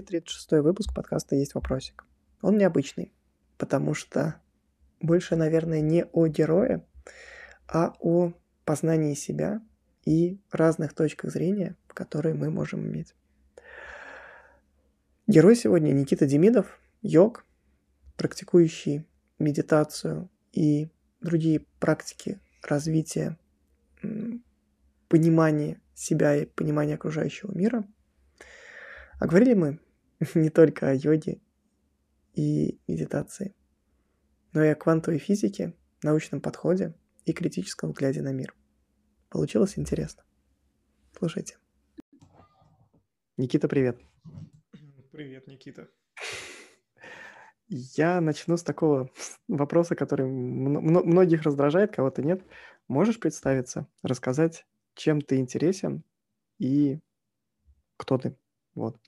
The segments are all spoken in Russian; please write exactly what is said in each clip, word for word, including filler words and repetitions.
тридцать шестой выпуск подкаста «Есть вопросик». Он необычный, потому что больше, наверное, не о герое, а о познании себя и разных точках зрения, которые мы можем иметь. Герой сегодня Никита Демидов, йог, практикующий медитацию и другие практики развития м, понимания себя и понимания окружающего мира. А говорили мы не только о йоге и медитации, но и о квантовой физике, научном подходе и критическом взгляде на мир. Получилось интересно. Слушайте. Никита, привет. Привет, Никита. Я начну с такого вопроса, который м- м- многих раздражает, кого-то нет. Можешь представиться, рассказать, чем ты интересен и кто ты? Вот.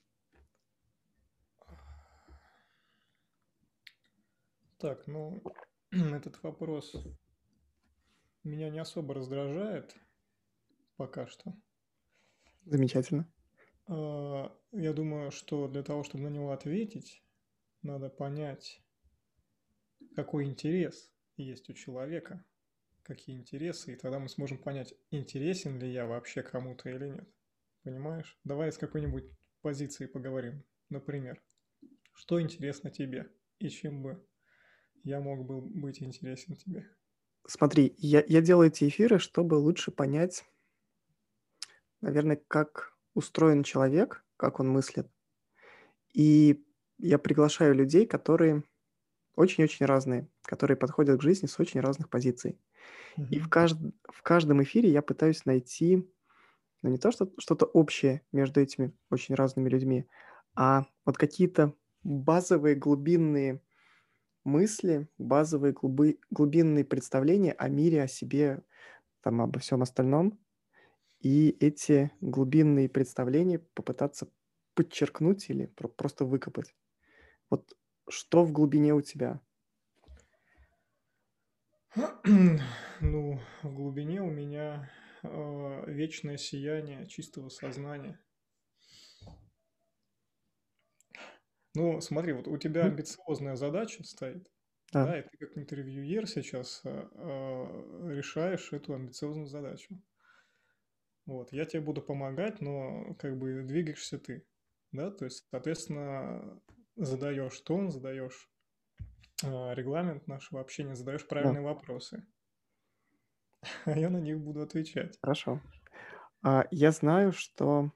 Так, ну, этот вопрос меня не особо раздражает пока что. Замечательно. А, Я думаю, что для того, чтобы на него ответить, надо понять, какой интерес есть у человека, какие интересы, и тогда мы сможем понять, интересен ли я вообще кому-то или нет. Понимаешь? Давай с какой-нибудь позиции поговорим. Например, что интересно тебе и чем бы я мог бы быть интересен тебе? Смотри, я, я делаю эти эфиры, чтобы лучше понять, наверное, как устроен человек, как он мыслит. И я приглашаю людей, которые очень-очень разные, которые подходят к жизни с очень разных позиций. И в, Мгм. кажд... в каждом эфире я пытаюсь найти, ну, не то, что что-то общее между этими очень разными людьми, а вот какие-то базовые глубинные мысли, базовые глубы... глубинные представления о мире, о себе, там, обо всем остальном. И эти глубинные представления попытаться подчеркнуть или про- просто выкопать. Вот что в глубине у тебя? Ну, в глубине у меня э, вечное сияние чистого сознания. Ну, смотри, вот у тебя Мгм. амбициозная задача стоит, Да. да, и ты как интервьюер сейчас э, э, решаешь эту амбициозную задачу. Вот, я тебе буду помогать, но как бы двигаешься ты, да, то есть, соответственно, задаешь тон, задаешь э, регламент нашего общения, задаешь Да, правильные вопросы, а я на них буду отвечать. хорошо. А, я знаю, что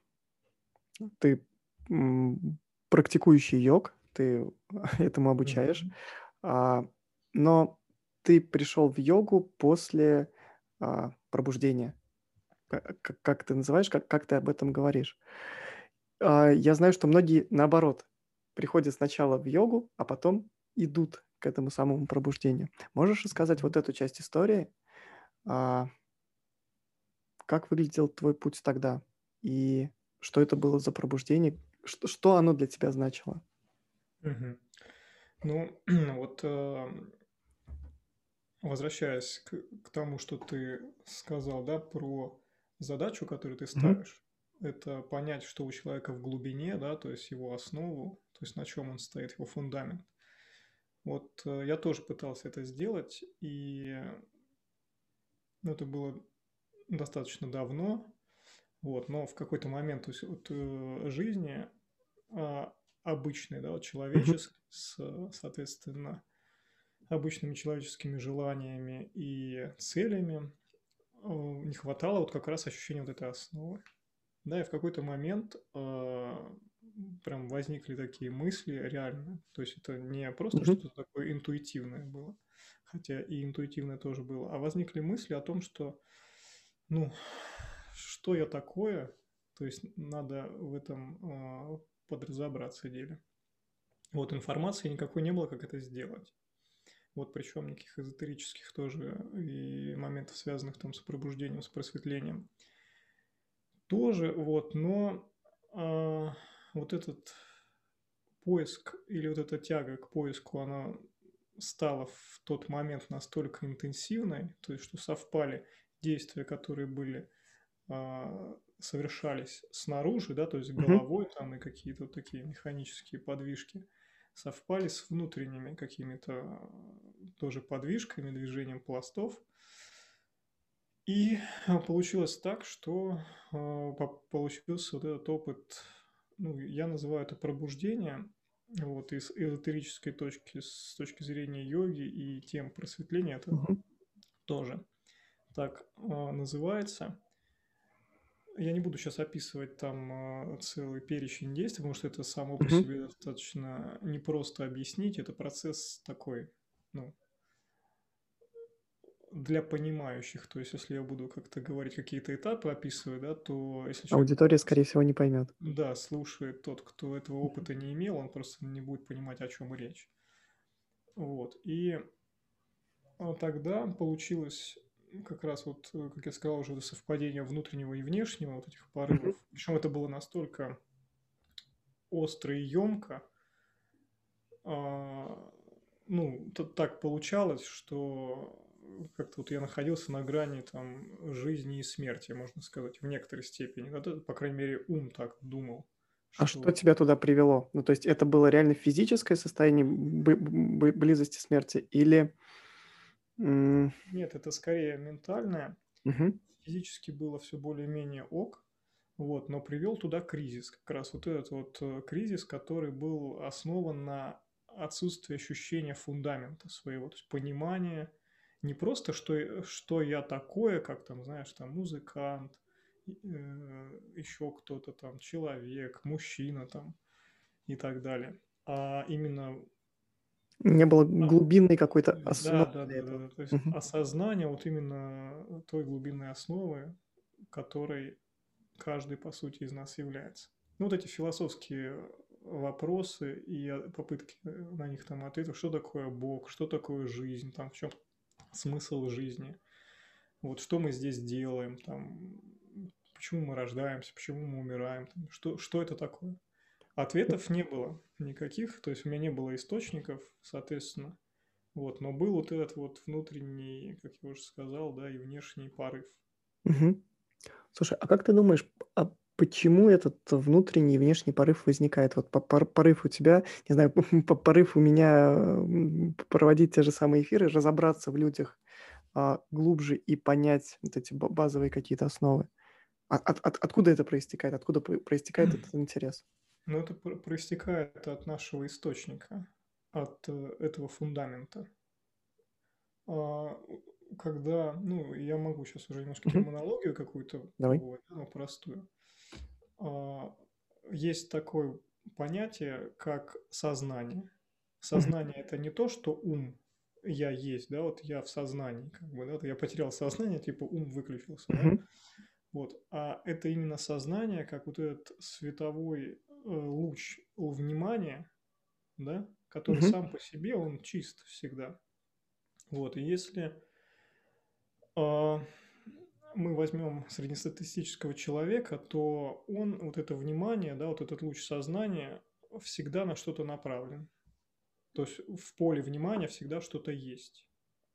ты м, практикующий йог, ты этому обучаешь, Мгм. а, но ты пришел в йогу после а, пробуждения. Ка- Как, как ты называешь, как, как ты об этом говоришь? А, я знаю, что многие, наоборот, приходят сначала в йогу, а потом идут к этому самому пробуждению. Можешь рассказать вот эту часть истории? А, как выглядел твой путь тогда? И что это было за пробуждение? Что, что оно для тебя значило? Мгм. Ну, вот э, возвращаясь к, к тому, что ты сказал, да, про задачу, которую ты Мгм. ставишь, это понять, что у человека в глубине, да, то есть его основу, то есть на чем он стоит, его фундамент. Вот э, я тоже пытался это сделать, и ну, это было достаточно давно, вот, но в какой-то момент, то есть вот, э, жизни а, обычной, да, вот Мгм. человеческой, с, соответственно, обычными человеческими желаниями и целями, э, не хватало вот как раз ощущения вот этой основы. Да, и в какой-то момент э, прям возникли такие мысли реально. То есть это не просто Мгм. что-то такое интуитивное было, хотя и интуитивное тоже было, а возникли мысли о том, что, ну, что я такое, то есть надо в этом э, подразобраться деле. Вот информации никакой не было, как это сделать. Вот причем никаких эзотерических тоже и моментов, связанных там с пробуждением, с просветлением. Тоже вот, но а, вот этот поиск или вот эта тяга к поиску, она стала в тот момент настолько интенсивной, то есть что совпали действия, которые были а, совершались снаружи, да, то есть Мгм. головой там и какие-то вот такие механические подвижки, совпали с внутренними какими-то э, тоже подвижками, движением пластов. И э, получилось так, что э, по- получился вот этот опыт, ну, я называю это пробуждение, вот, из эзотерической точки, с точки зрения йоги и тем просветления, это Мгм. тоже так а, называется. Я не буду сейчас описывать там а, целый перечень действий, потому что это само по Мгм. себе достаточно непросто объяснить. Это процесс такой, ну, для понимающих. То есть, если я буду как-то говорить какие-то этапы описывать, да, то если человек, Аудитория, скорее всего, не поймет. да, слушает тот, кто этого опыта не имел, он просто не будет понимать, о чем речь. Вот. И а тогда получилось как раз вот, э, как я сказал, уже совпадение внутреннего и внешнего, вот этих Мгм. порывов. Причем это было настолько остро и емко, а, ну, тут так получалось, что как-то вот я находился на грани там жизни и смерти, можно сказать, в некоторой степени. Ну, это, по крайней мере, ум так думал, А что что тебя туда привело? Ну, то есть это было реально физическое состояние б- б- близости смерти или... м, нет, это скорее ментальное. мгм. Физически было все более-менее ок, вот, но привел туда кризис. Как раз вот этот вот э, кризис, который был основан на отсутствии ощущения фундамента своего, то есть понимания не просто, что, э, что я такое, как там, знаешь, там музыкант, и, э, еще кто-то там, человек, мужчина там и так далее, а именно Не было а, глубинной какой-то да, основы да, для да, да, этого. да. То есть Мгм. осознание вот именно той глубинной основы, которой каждый, по сути, из нас является. Ну, вот эти философские вопросы и э, попытки э, на них там ответов, что такое Бог, что такое жизнь, там, в чем смысл жизни, вот что мы здесь делаем, там, почему мы рождаемся, почему мы умираем, там, что, что это такое. Ответов не было никаких, то есть у меня не было источников, соответственно, вот, но был вот этот вот внутренний, как я уже сказал, да, и внешний порыв. Мгм. Слушай, а как ты думаешь, а почему этот внутренний и внешний порыв возникает? Вот по- пор- порыв у тебя, не знаю, по- порыв у меня м, проводить те же самые эфиры, разобраться в людях а, глубже и понять вот эти ба- базовые какие-то основы. А- от- от- откуда это проистекает? Откуда про- проистекает этот интерес? Но это про- проистекает от нашего источника, от э, этого фундамента. А, Когда, ну, я могу сейчас уже немножко Мгм. терминологию какую-то Давай. пробовать, да, но простую. А, Есть такое понятие, как сознание. Мгм. Сознание – это не то, что ум, я есть, да, вот я в сознании, как бы, да, я потерял сознание, типа ум выключился, да, Мгм. вот, а это именно сознание, как вот этот световой э, луч внимания, да, который Мгм. сам по себе, он чист всегда. Вот, и если а, мы возьмем среднестатистического человека, то он, вот это внимание, да, вот этот луч сознания всегда на что-то направлен. То есть в поле внимания всегда что-то есть.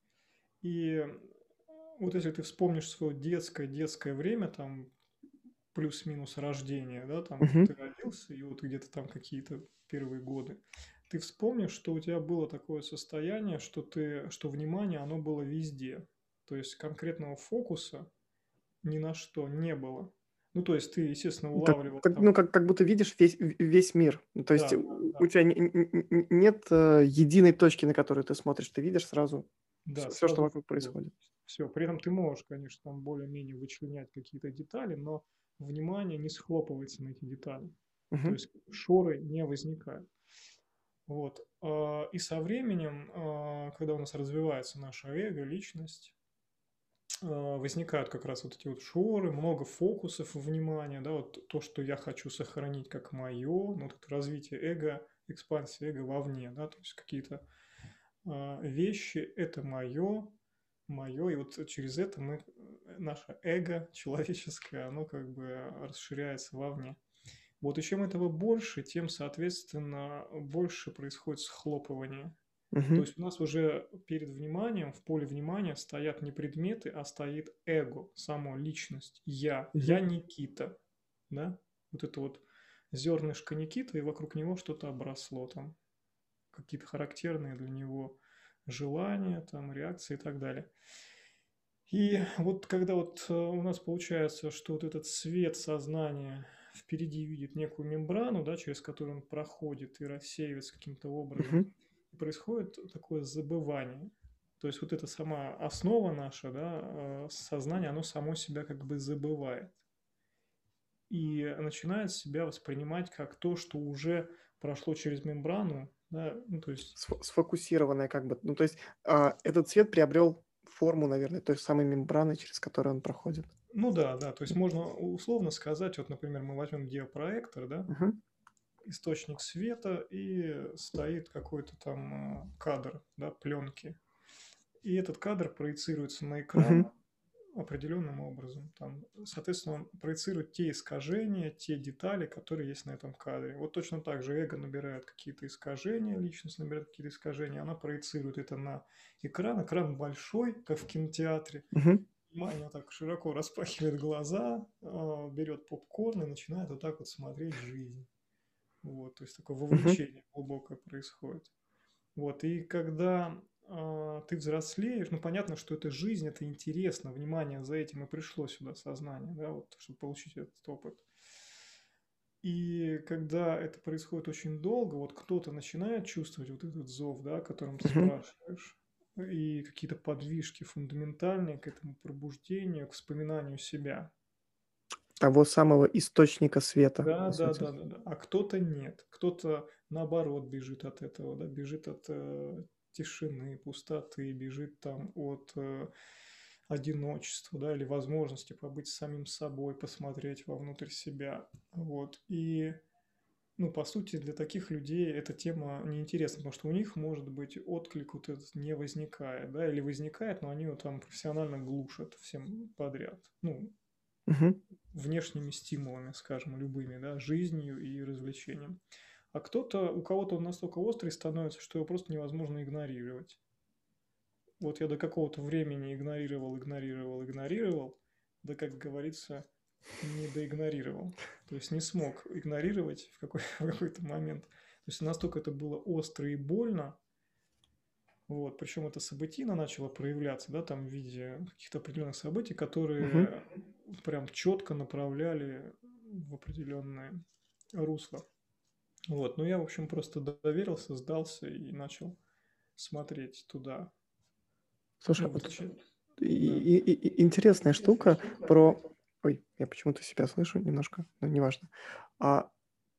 И вот если ты вспомнишь свое детское, детское время, там плюс-минус рождения, да, там вот Мгм. ты родился, и вот где-то там какие-то первые годы, ты вспомнишь, что у тебя было такое состояние, что ты, что внимание, оно было везде. То есть конкретного фокуса ни на что не было. Ну, то есть ты, естественно, Как, улавливал как- там, ну, как, как будто видишь весь, в- весь мир. Ну, то есть да, у, да, у тебя не- не- не- нет э, единой точки, на которую ты смотришь. Ты видишь сразу да, все, что сразу вокруг все. происходит. Все. При этом ты можешь, конечно, там более-менее вычленять какие-то детали, но внимание не схлопывается на эти детали. То Мгм. есть шоры не возникают. Вот. а, И со временем, а, когда у нас развивается наше эго, личность, а, возникают как раз вот эти вот шоры, много фокусов внимания, да, вот то, что я хочу сохранить как мое, ну, вот это развитие эго, экспансия эго вовне, да, то есть какие-то а, вещи, это мое, мое, и вот через это мы, э, наше эго человеческое, оно как бы расширяется вовне. Вот и чем этого больше, тем, соответственно, больше происходит схлопывание. То Мгм. есть у нас уже перед вниманием, в поле внимания стоят не предметы, а стоит эго, само личность, я, я Мгм. Никита. да, вот это вот зернышко Никита, и вокруг него что-то обросло там, какие-то характерные для него желания, там, реакции и так далее. И вот когда вот э, у нас получается, что вот этот свет сознания впереди видит некую мембрану, да, через которую он проходит и рассеивается каким-то образом, Мгм. и происходит такое забывание. То есть вот эта сама основа наша, да, э, сознание, оно само себя как бы забывает и начинает себя воспринимать как то, что уже прошло через мембрану, да, ну, то есть, Сфо сфокусированная как бы. Ну, то есть, а, этот цвет приобрел форму, наверное, той самой мембраны, через которую он проходит. ну да, да, то есть можно условно сказать, вот, например, мы возьмем геопроектор, да, Мгм. источник света, и стоит какой-то там э, кадр, да, пленки. И этот кадр проецируется на экран Мгм. определенным образом. Там, соответственно, он проецирует те искажения, те детали, которые есть на этом кадре. Вот точно так же эго набирает какие-то искажения, личность набирает какие-то искажения, она проецирует это на экран. Экран большой, как в кинотеатре. Мгм. Маня так широко распахивает глаза, э, берет попкорн и начинает вот так вот смотреть жизнь. Вот, то есть такое Мгм. вовлечение глубокое происходит. Вот, и когда а, ты взрослеешь, ну, понятно, что это жизнь, это интересно, внимание за этим и пришло сюда сознание, да, вот, чтобы получить этот опыт. И когда это происходит очень долго, вот кто-то начинает чувствовать вот этот зов, да, о котором ты Мгм. спрашиваешь, и какие-то подвижки фундаментальные к этому пробуждению, к вспоминанию себя. Того самого источника света, Да, по да, сути. да, да, да. А кто-то нет. Кто-то наоборот бежит от этого, да, бежит от э, тишины, пустоты, бежит там от э, одиночества, да, или возможности побыть самим собой, посмотреть вовнутрь себя. Вот. И, ну, по сути, для таких людей эта тема неинтересна, потому что у них, может быть, отклик вот этот не возникает, да, или возникает, но они его там профессионально глушат всем подряд. Ну, Мгм. внешними стимулами, скажем, любыми, да, жизнью и развлечением. А кто-то, у кого-то он настолько острый становится, что его просто невозможно игнорировать. Вот я до какого-то времени игнорировал, игнорировал, игнорировал, да, как говорится, не доигнорировал. То есть не смог игнорировать в, какой, в какой-то момент. То есть настолько это было остро и больно, вот, причем это событийно начало проявляться, да, там в виде каких-то определенных событий, Мгм. которые прям четко направляли в определенное русло. Вот, но я, в общем, просто доверился, сдался и начал смотреть туда. Слушай, Ну, а вот точнее, и да. и и и интересная штука про ой, я почему-то себя слышу немножко, но неважно. А,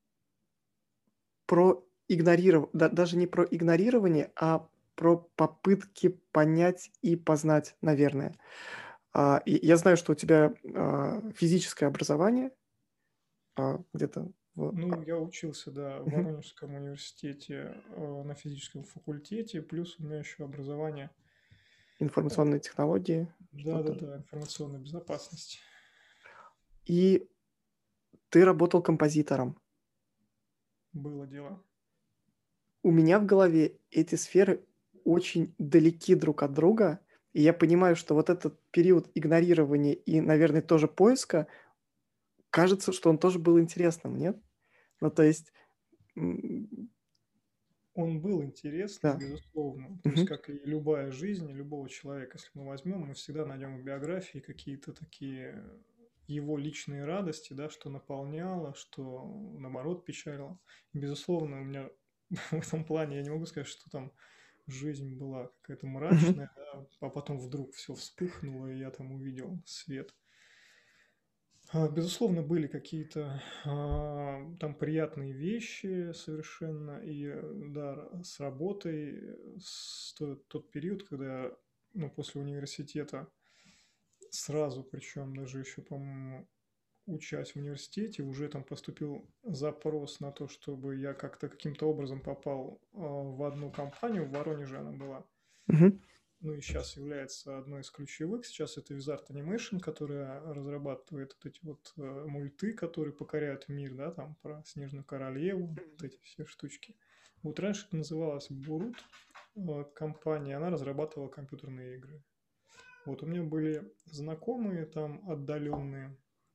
про игнориров да даже не про игнорирование, а про попытки понять и познать, наверное. А, и я знаю, что у тебя, а, физическое образование, а, где-то в Ну, а, я учился, да, в мгм, Воронежском университете э, на физическом факультете, плюс у меня еще образование, э, информационные технологии, что-то. да-да-да, информационная безопасность. И ты работал композитором. Было дело. У меня в голове эти сферы очень далеки друг от друга, и я понимаю, что вот этот период игнорирования и, наверное, тоже поиска, кажется, что он тоже был интересным, нет? Ну, то есть, м, Он был интересным, да. безусловно. То есть, Мгм. как и любая жизнь любого человека, если мы возьмем, мы всегда найдем в биографии какие-то такие его личные радости, да, что наполняло, что наоборот печалило. И, безусловно, у меня в этом плане я не могу сказать, что там жизнь была какая-то Мгм. мрачная, да, а потом вдруг все вспыхнуло, и я там увидел свет. А, Безусловно, были какие-то а, там приятные вещи совершенно. И э, да, р- с работой, э, с то- тот период, когда я, ну, после университета сразу, причем даже еще, по-моему, учась в университете, уже там поступил запрос на то, чтобы я как-то каким-то образом попал а, в одну компанию, в Воронеже она была, Мгм. ну и сейчас является одной из ключевых. Сейчас это Wizard Animation, которая разрабатывает вот эти вот э, мульты, которые покоряют мир, да, там про Снежную Королеву, вот эти все штучки. Вот раньше это называлось Бурут, э, компания, она разрабатывала компьютерные игры. Вот у меня были знакомые там отдаленные,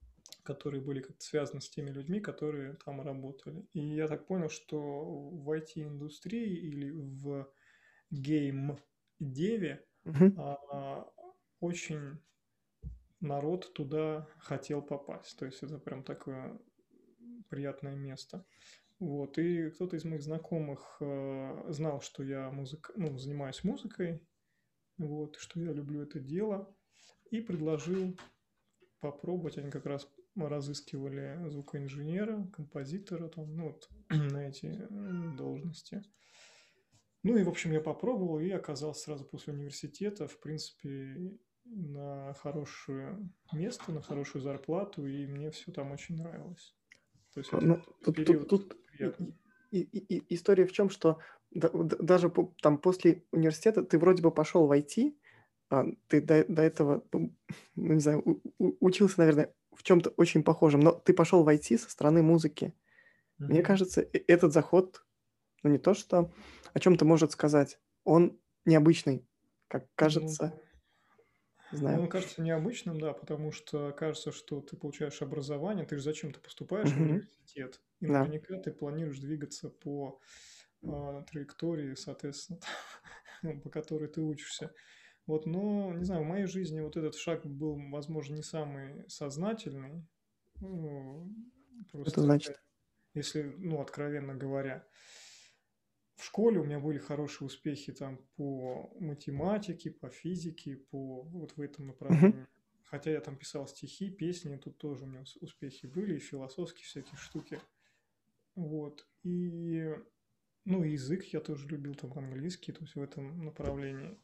которые были как-то связаны с теми людьми, которые там работали. И я так понял, что в ай ти-индустрии или в гейм-деве Мгм. а, очень народ туда хотел попасть. То есть это прям такое приятное место. Вот. И кто-то из моих знакомых э, знал, что я музык... ну, занимаюсь музыкой, вот, что я люблю это дело, и предложил попробовать. Они как раз разыскивали звукоинженера, композитора, там, ну, вот, на эти э, должности. Ну и, в общем, я попробовал и оказался сразу после университета, в принципе, на хорошее место, на хорошую зарплату, и мне все там очень нравилось. То есть А, этот Ну, тут, тут, период тут и- приятный. и- и- и- история в чем, что да- д- даже по- там после университета ты вроде бы пошел в ай ти, а, ты до, до этого, м, ну, не знаю, у- у- учился, наверное, в чем-то очень похожем, но ты пошел в ай ти со стороны музыки. Мне Мгм. кажется, э- этот заход, ну, не то что о чем-то может сказать, он необычный, как Ну, кажется, не ну, знаю. он кажется необычным, да, потому что кажется, что ты получаешь образование, ты же зачем-то поступаешь в Мгм. университет, и Да. наверняка ты планируешь двигаться по а, траектории, соответственно, по которой ты учишься. Вот, но, не знаю, в моей жизни вот этот шаг был, возможно, не самый сознательный. Ну, Что это просто, опять, значит? если, ну, откровенно говоря, в школе у меня были хорошие успехи там по математике, по физике, по вот в этом Мгм. направлении. Хотя я там писал стихи, песни, тут тоже у меня ус- успехи были, и философские всякие штуки. Вот. И, ну, и язык я тоже любил, там, английский, то есть в этом направлении.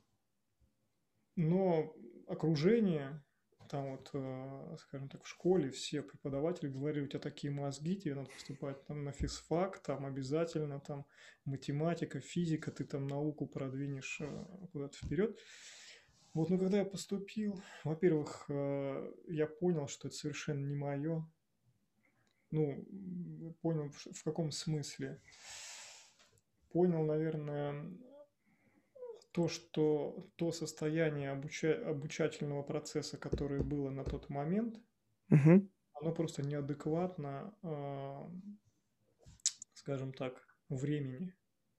Но окружение, там вот, э, скажем так, в школе все преподаватели говорили, у тебя такие мозги, тебе надо поступать там на физфак, там обязательно, там математика, физика, ты там науку продвинешь э, куда-то вперед. Вот, но когда я поступил, во-первых, э, я понял, что это совершенно не мое. Ну, м, понял, в в каком смысле. Понял, наверное, то, что то состояние обуча- обучательного процесса, которое было на тот момент, Мгм. оно просто неадекватно, а, скажем так, времени.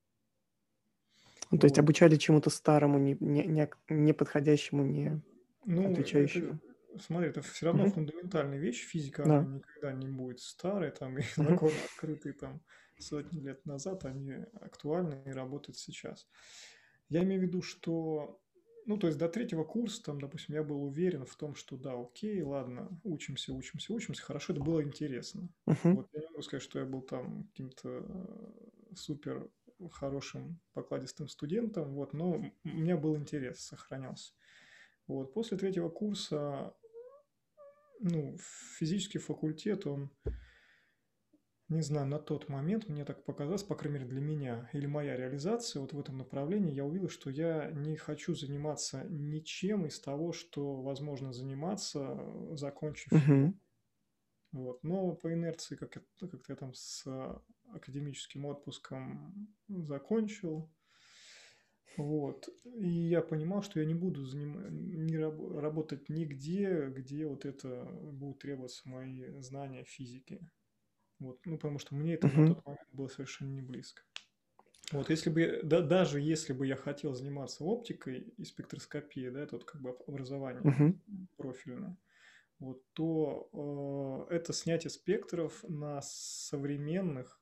Ну, то есть Вот. обучали чему-то старому, не, не, не, ак- не подходящему, не Ну, это, отвечающему. смотри, это все равно Мгм. фундаментальная вещь. Физика, она Да. никогда не будет старой, там, и Мгм. законы, открытые там сотни лет назад, они актуальны и работают сейчас. Я имею в виду, что, ну, то есть до третьего курса, там, допустим, я был уверен в том, что да, окей, ладно, учимся, учимся, учимся, хорошо, это было интересно. Мгм. Вот я не могу сказать, что я был там каким-то э, супер хорошим покладистым студентом, вот, но у меня был интерес, сохранялся. Вот, после третьего курса, ну, физический факультет, он, не знаю, на тот момент мне так показалось, по крайней мере для меня, или моя реализация вот в этом направлении, я увидел, что я не хочу заниматься ничем из того, что возможно заниматься, э, закончив его. Мгм. Вот. Но по инерции, как, это, как я там с э, академическим отпуском закончил, вот. И я понимал, что я не буду заним... не раб- работать нигде, где вот это будут требоваться мои знания физики. Вот. Ну, потому что мне это на Мгм. тот момент было совершенно не близко. Вот, если бы, я- да, даже если бы я хотел заниматься оптикой и спектроскопией, да, это вот как бы образование Мгм. профильное, вот, то э, это снятие спектров на современных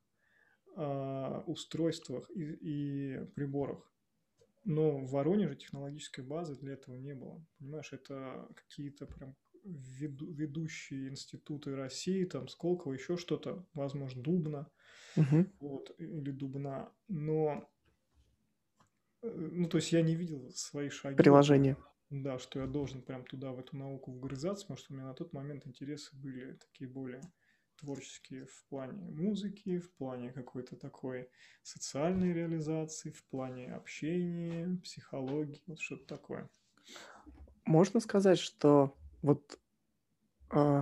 а, устройствах и, и приборах. Но в Воронеже технологической базы для этого не было. Понимаешь, это какие-то прям веду- ведущие институты России, там Сколково, еще что-то, возможно, Дубна, Мгм. вот, или Дубна. Но, э, ну, то есть я не видел свои шаги, вот, Приложение. да, что я должен прям туда, в эту науку вгрызаться, потому что у меня на тот момент интересы были такие более творческие в плане музыки, в плане какой-то такой социальной реализации, в плане общения, психологии, вот что-то такое. Можно сказать, что вот а,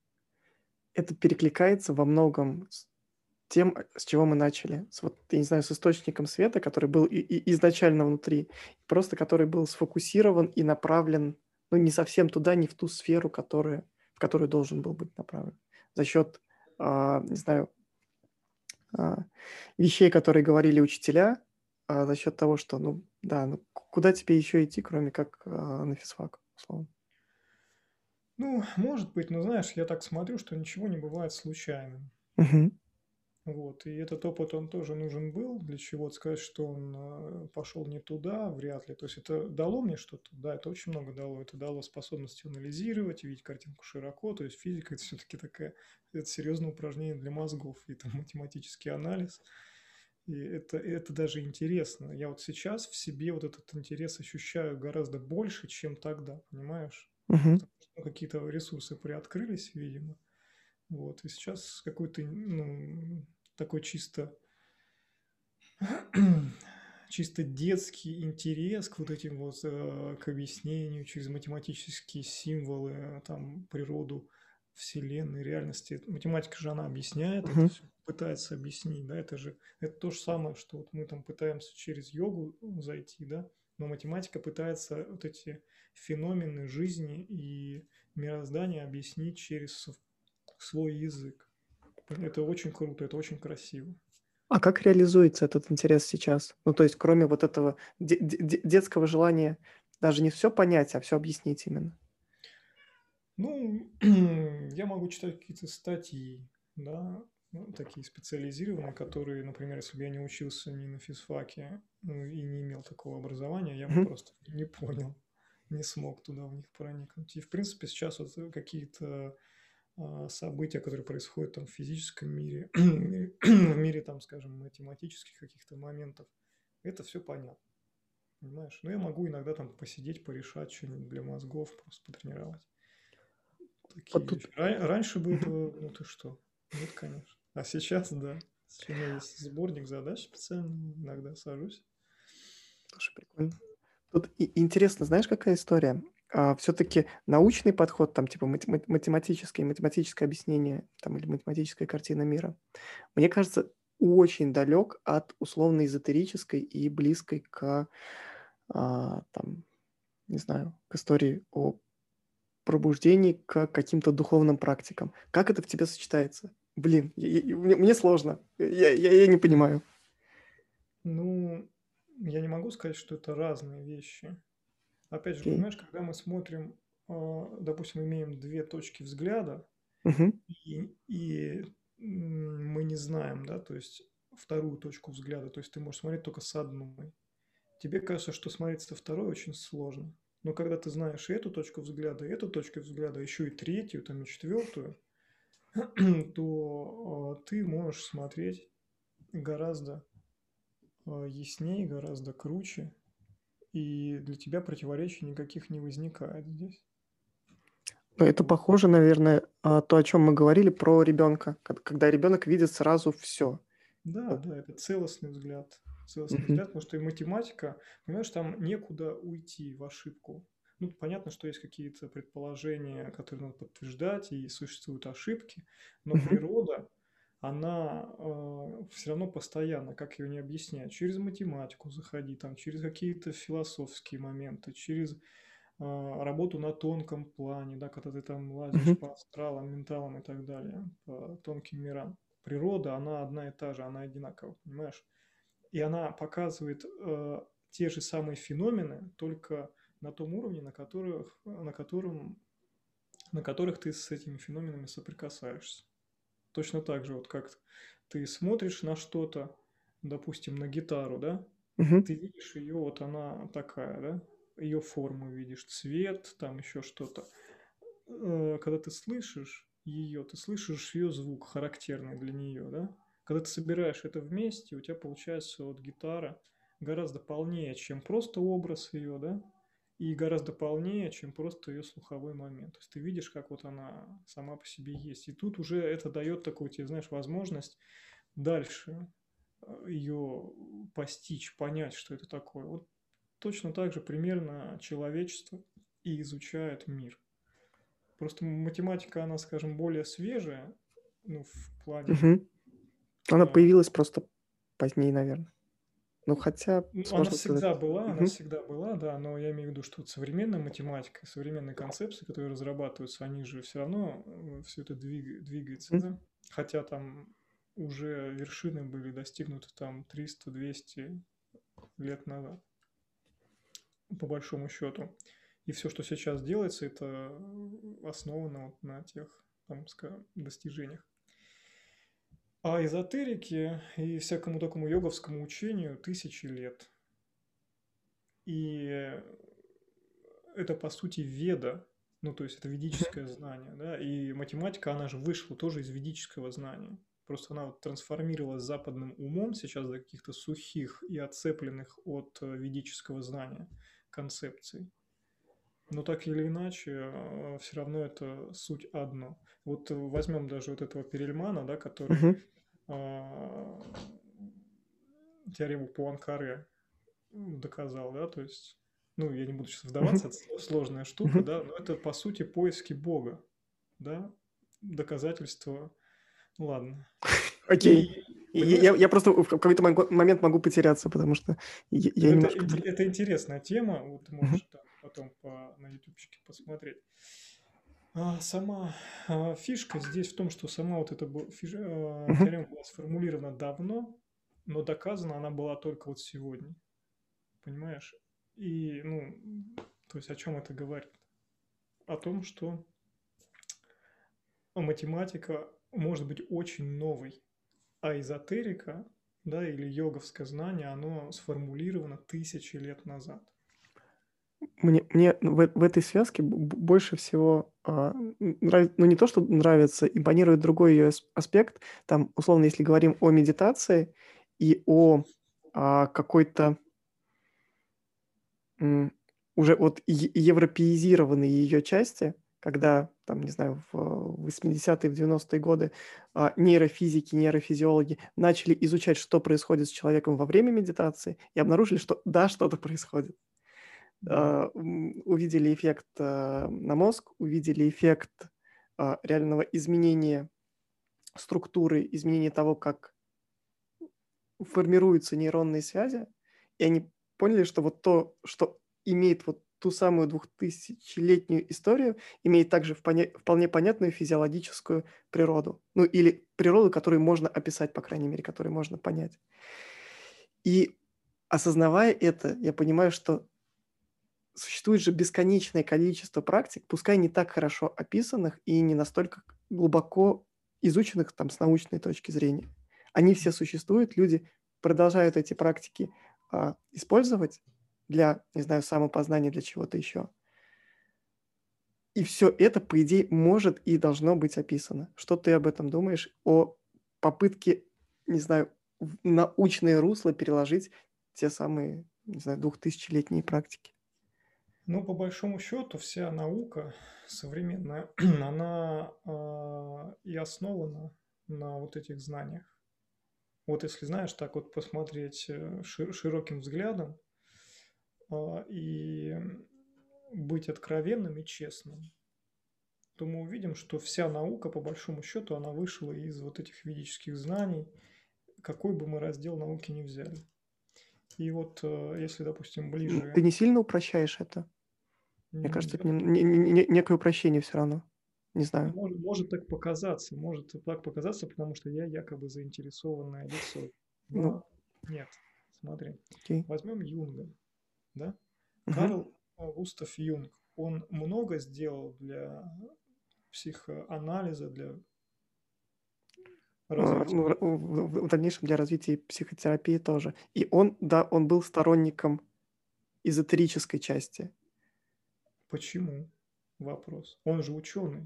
это перекликается во многом с тем, э, с чего мы начали. С вот, я не знаю, с источником света, который был и, и изначально внутри, просто который был сфокусирован и направлен, ну, не совсем туда, не в ту сферу, которая, в которую должен был быть направлен. за счет, а, не знаю, а, вещей, которые говорили учителя, а, за счет того, что, ну да, ну к куда тебе еще идти, кроме как, а, на физфак, условно? Ну, может быть, но знаешь, я так смотрю, что ничего не бывает случайным. Мгм. Вот, и этот опыт, он тоже нужен был. Для чего сказать, что он э, пошел не туда, вряд ли. То есть это дало мне что-то? Да, это очень много дало. Это дало способность анализировать, видеть картинку широко. То есть физика – это все-таки такая, это серьезное упражнение для мозгов. Это математический анализ. И это, это даже интересно. Я вот сейчас в себе вот этот интерес ощущаю гораздо больше, чем тогда, понимаешь? Мгм. Потому что ну, какие-то ресурсы приоткрылись, видимо. Вот, и сейчас какой-то, ну, такой чисто, чисто детский интерес к вот этим вот, э, к объяснению через математические символы, э, там, природу Вселенной, реальности. Математика же, она объясняет это Мгм. все, пытается объяснить, да, это же, это то же самое, что вот мы там пытаемся через йогу ну, зайти, да, но математика пытается вот эти феномены жизни и мироздания объяснить через свой язык. Это очень круто, это очень красиво. А как реализуется этот интерес сейчас? Ну, то есть кроме вот этого де де де детского желания даже не все понять, а все объяснить именно. Ну, я могу читать какие-то статьи, да, ну, такие специализированные, которые, например, если бы я не учился ни на физфаке, ну, и не имел такого образования, я бы Мгм. просто не понял, не смог туда в них проникнуть. И, в принципе, сейчас вот какие-то а, события, которые происходят там в физическом мире, в мире, там, скажем, математических каких-то моментов, это все понятно. Понимаешь? Но я могу иногда там посидеть, порешать что-нибудь для мозгов, просто потренировать. Вот Такие тут вещи. Ра- Раньше бы мгм. этого, ну ты что? Нет, конечно. А сейчас, да. У меня есть сборник задач специальный, иногда сажусь. Слушай, прикольно. Тут и интересно, знаешь, какая история? Все-таки научный подход, там, типа мат мат математическое математическое объяснение, там, или математическая картина мира, мне кажется, очень далек от условно-эзотерической и близкой к, а, там, не знаю, к истории о пробуждении, к каким-то духовным практикам. Как это в тебе сочетается? Блин, я я мне мне сложно. Я я я не понимаю. Ну, я не могу сказать, что это разные вещи. Опять же, Окей. понимаешь, когда мы смотрим, а, допустим, имеем две точки взгляда, Мгм. и, и м, мы не знаем, да, то есть вторую точку взгляда, то есть ты можешь смотреть только с одной. Тебе кажется, что смотреть со второй очень сложно. Но когда ты знаешь и эту точку взгляда, и эту точку взгляда, еще и третью, там и четвертую, то э, ты можешь смотреть гораздо э, яснее, гораздо круче, и для тебя противоречий никаких не возникает здесь. Ну, это Вот. похоже, наверное, а, то, о чем мы говорили про ребенка, кад когда ребенок видит сразу все. Да, Вот. да, это целостный взгляд. Целостный Мгм. взгляд, потому что и математика, понимаешь, там некуда уйти в ошибку. Ну, понятно, что есть какие-то предположения, которые надо подтверждать, и существуют ошибки, но Мгм. природа, она э, все равно постоянно, как ее не объяснять, через математику заходи, там, через какие-то философские моменты, через а, работу на тонком плане, да, когда ты там Мгм. лазишь по астралам, менталам и так далее, по тонким мирам. Природа, она одна и та же, она одинакова, понимаешь? И она показывает э, те же самые феномены, только на том уровне, на, которых, на, котором, на которых ты с этими феноменами соприкасаешься. Точно так же, вот как ты смотришь на что-то, допустим, на гитару, да, Мгм. ты видишь ее, вот она такая, да, ее форму видишь, цвет, там еще что-то. Э, Когда ты слышишь ее, ты слышишь ее звук, характерный для нее, да. Когда ты собираешь это вместе, у тебя получается вот гитара гораздо полнее, чем просто образ ее, да, и гораздо полнее, чем просто ее слуховой момент. То есть ты видишь, как вот она сама по себе есть. И тут уже это дает такую тебе, знаешь, возможность дальше ее постичь, понять, что это такое. Вот точно так же примерно человечество и изучает мир. Просто математика, она, скажем, более свежая, ну, в плане, Мгм. Она а, появилась просто позднее, наверное. Ну, хотя Ну, она сложно сказать. всегда была, она Мгм. всегда была, да, но я имею в виду, что вот современная математика, современные концепции, которые разрабатываются, они же все равно все это двига- двигается, Мгм. да? Хотя там уже вершины были достигнуты там триста-двести лет назад, по большому счету. И все, что сейчас делается, это основано вот на тех, там, скажем, достижениях. А эзотерике и всякому такому йоговскому учению тысячи лет. И это, по сути, веда, ну, то есть это Мгм. ведическое знание, да, и математика, она же вышла тоже из ведического знания. Просто она вот трансформировалась западным умом сейчас до каких-то сухих и отцепленных от э, ведического знания концепций. Но так или иначе, все равно это суть одно. Вот э, возьмем даже вот этого Перельмана, да, который Мгм. а, теорему Пуанкаре м, доказал, да, то есть, ну, я не буду сейчас Мгм. вдаваться, это сло- сложная штука, Мгм. да, но это, по сути, поиски Бога, да, доказательства, ну, ладно. Окей. И, И понимаешь, Я, я просто в какой-то мог- момент могу потеряться, потому что я, я ну, это, немножко... инте- далек. это интересная тема, вот ты Мгм. можешь там потом по, на ютубчике посмотреть. А сама а, фишка здесь в том, что сама вот эта бу- фиш- а, Мгм. теорема была сформулирована давно, но доказана она была только вот сегодня, понимаешь? И, ну, то есть о чем это говорит? О том, что математика может быть очень новой, а эзотерика, да, или йоговское знание, оно сформулировано тысячи лет назад. Мне, мне в, в этой связке б- б- больше всего а, нравится, ну не то, что нравится, импонирует другой ее ас- аспект. Там, условно, если говорим о медитации и о а, какой-то м, уже от е- европеизированной ее части, когда, там, не знаю, в восьмидесятые, в девяностые годы а, нейрофизики, нейрофизиологи начали изучать, что происходит с человеком во время медитации, и обнаружили, что да, что-то происходит. Да. А, м, увидели эффект а, на мозг, увидели эффект а, реального изменения структуры, изменения того, как формируются нейронные связи, и они поняли, что вот то, что имеет вот ту самую двухтысячелетнюю историю, имеет также вполне, вполне понятную физиологическую природу. Ну, или природу, которую можно описать, по крайней мере, которую можно понять. И осознавая это, я понимаю, что существует же бесконечное количество практик, пускай не так хорошо описанных и не настолько глубоко изученных там с научной точки зрения. Они все существуют, люди продолжают эти практики а, использовать для, не знаю, самопознания, для чего-то еще. И все это, по идее, может и должно быть описано. Что ты об этом думаешь? О попытке, не знаю, в научное русло переложить те самые, не знаю, двухтысячелетние практики. Ну, по большому счету, вся наука современная, она а, и основана на вот этих знаниях. Вот если, знаешь, так вот посмотреть э, ши- широким взглядом а, и быть откровенным и честным, то мы увидим, что вся наука, по большому счету, она вышла из вот этих ведических знаний, какой бы мы раздел науки ни взяли. И вот э, если, допустим, М, Ты ближе, не сильно упрощаешь это? Мне м, кажется, я это не- не- не- некое упрощение все равно. Не знаю. Может, может так показаться, может так показаться, потому что я якобы заинтересованное лицо. Ну, Но нет, смотри, окей. возьмем Юнга, да? Мгм. Карл э, Густав Юнг, он много сделал для психоанализа, для А, развития. ну, р- в, в- в дальнейшем для развития психотерапии тоже. И он, да, он был сторонником эзотерической части. Почему? Вопрос. Он же ученый.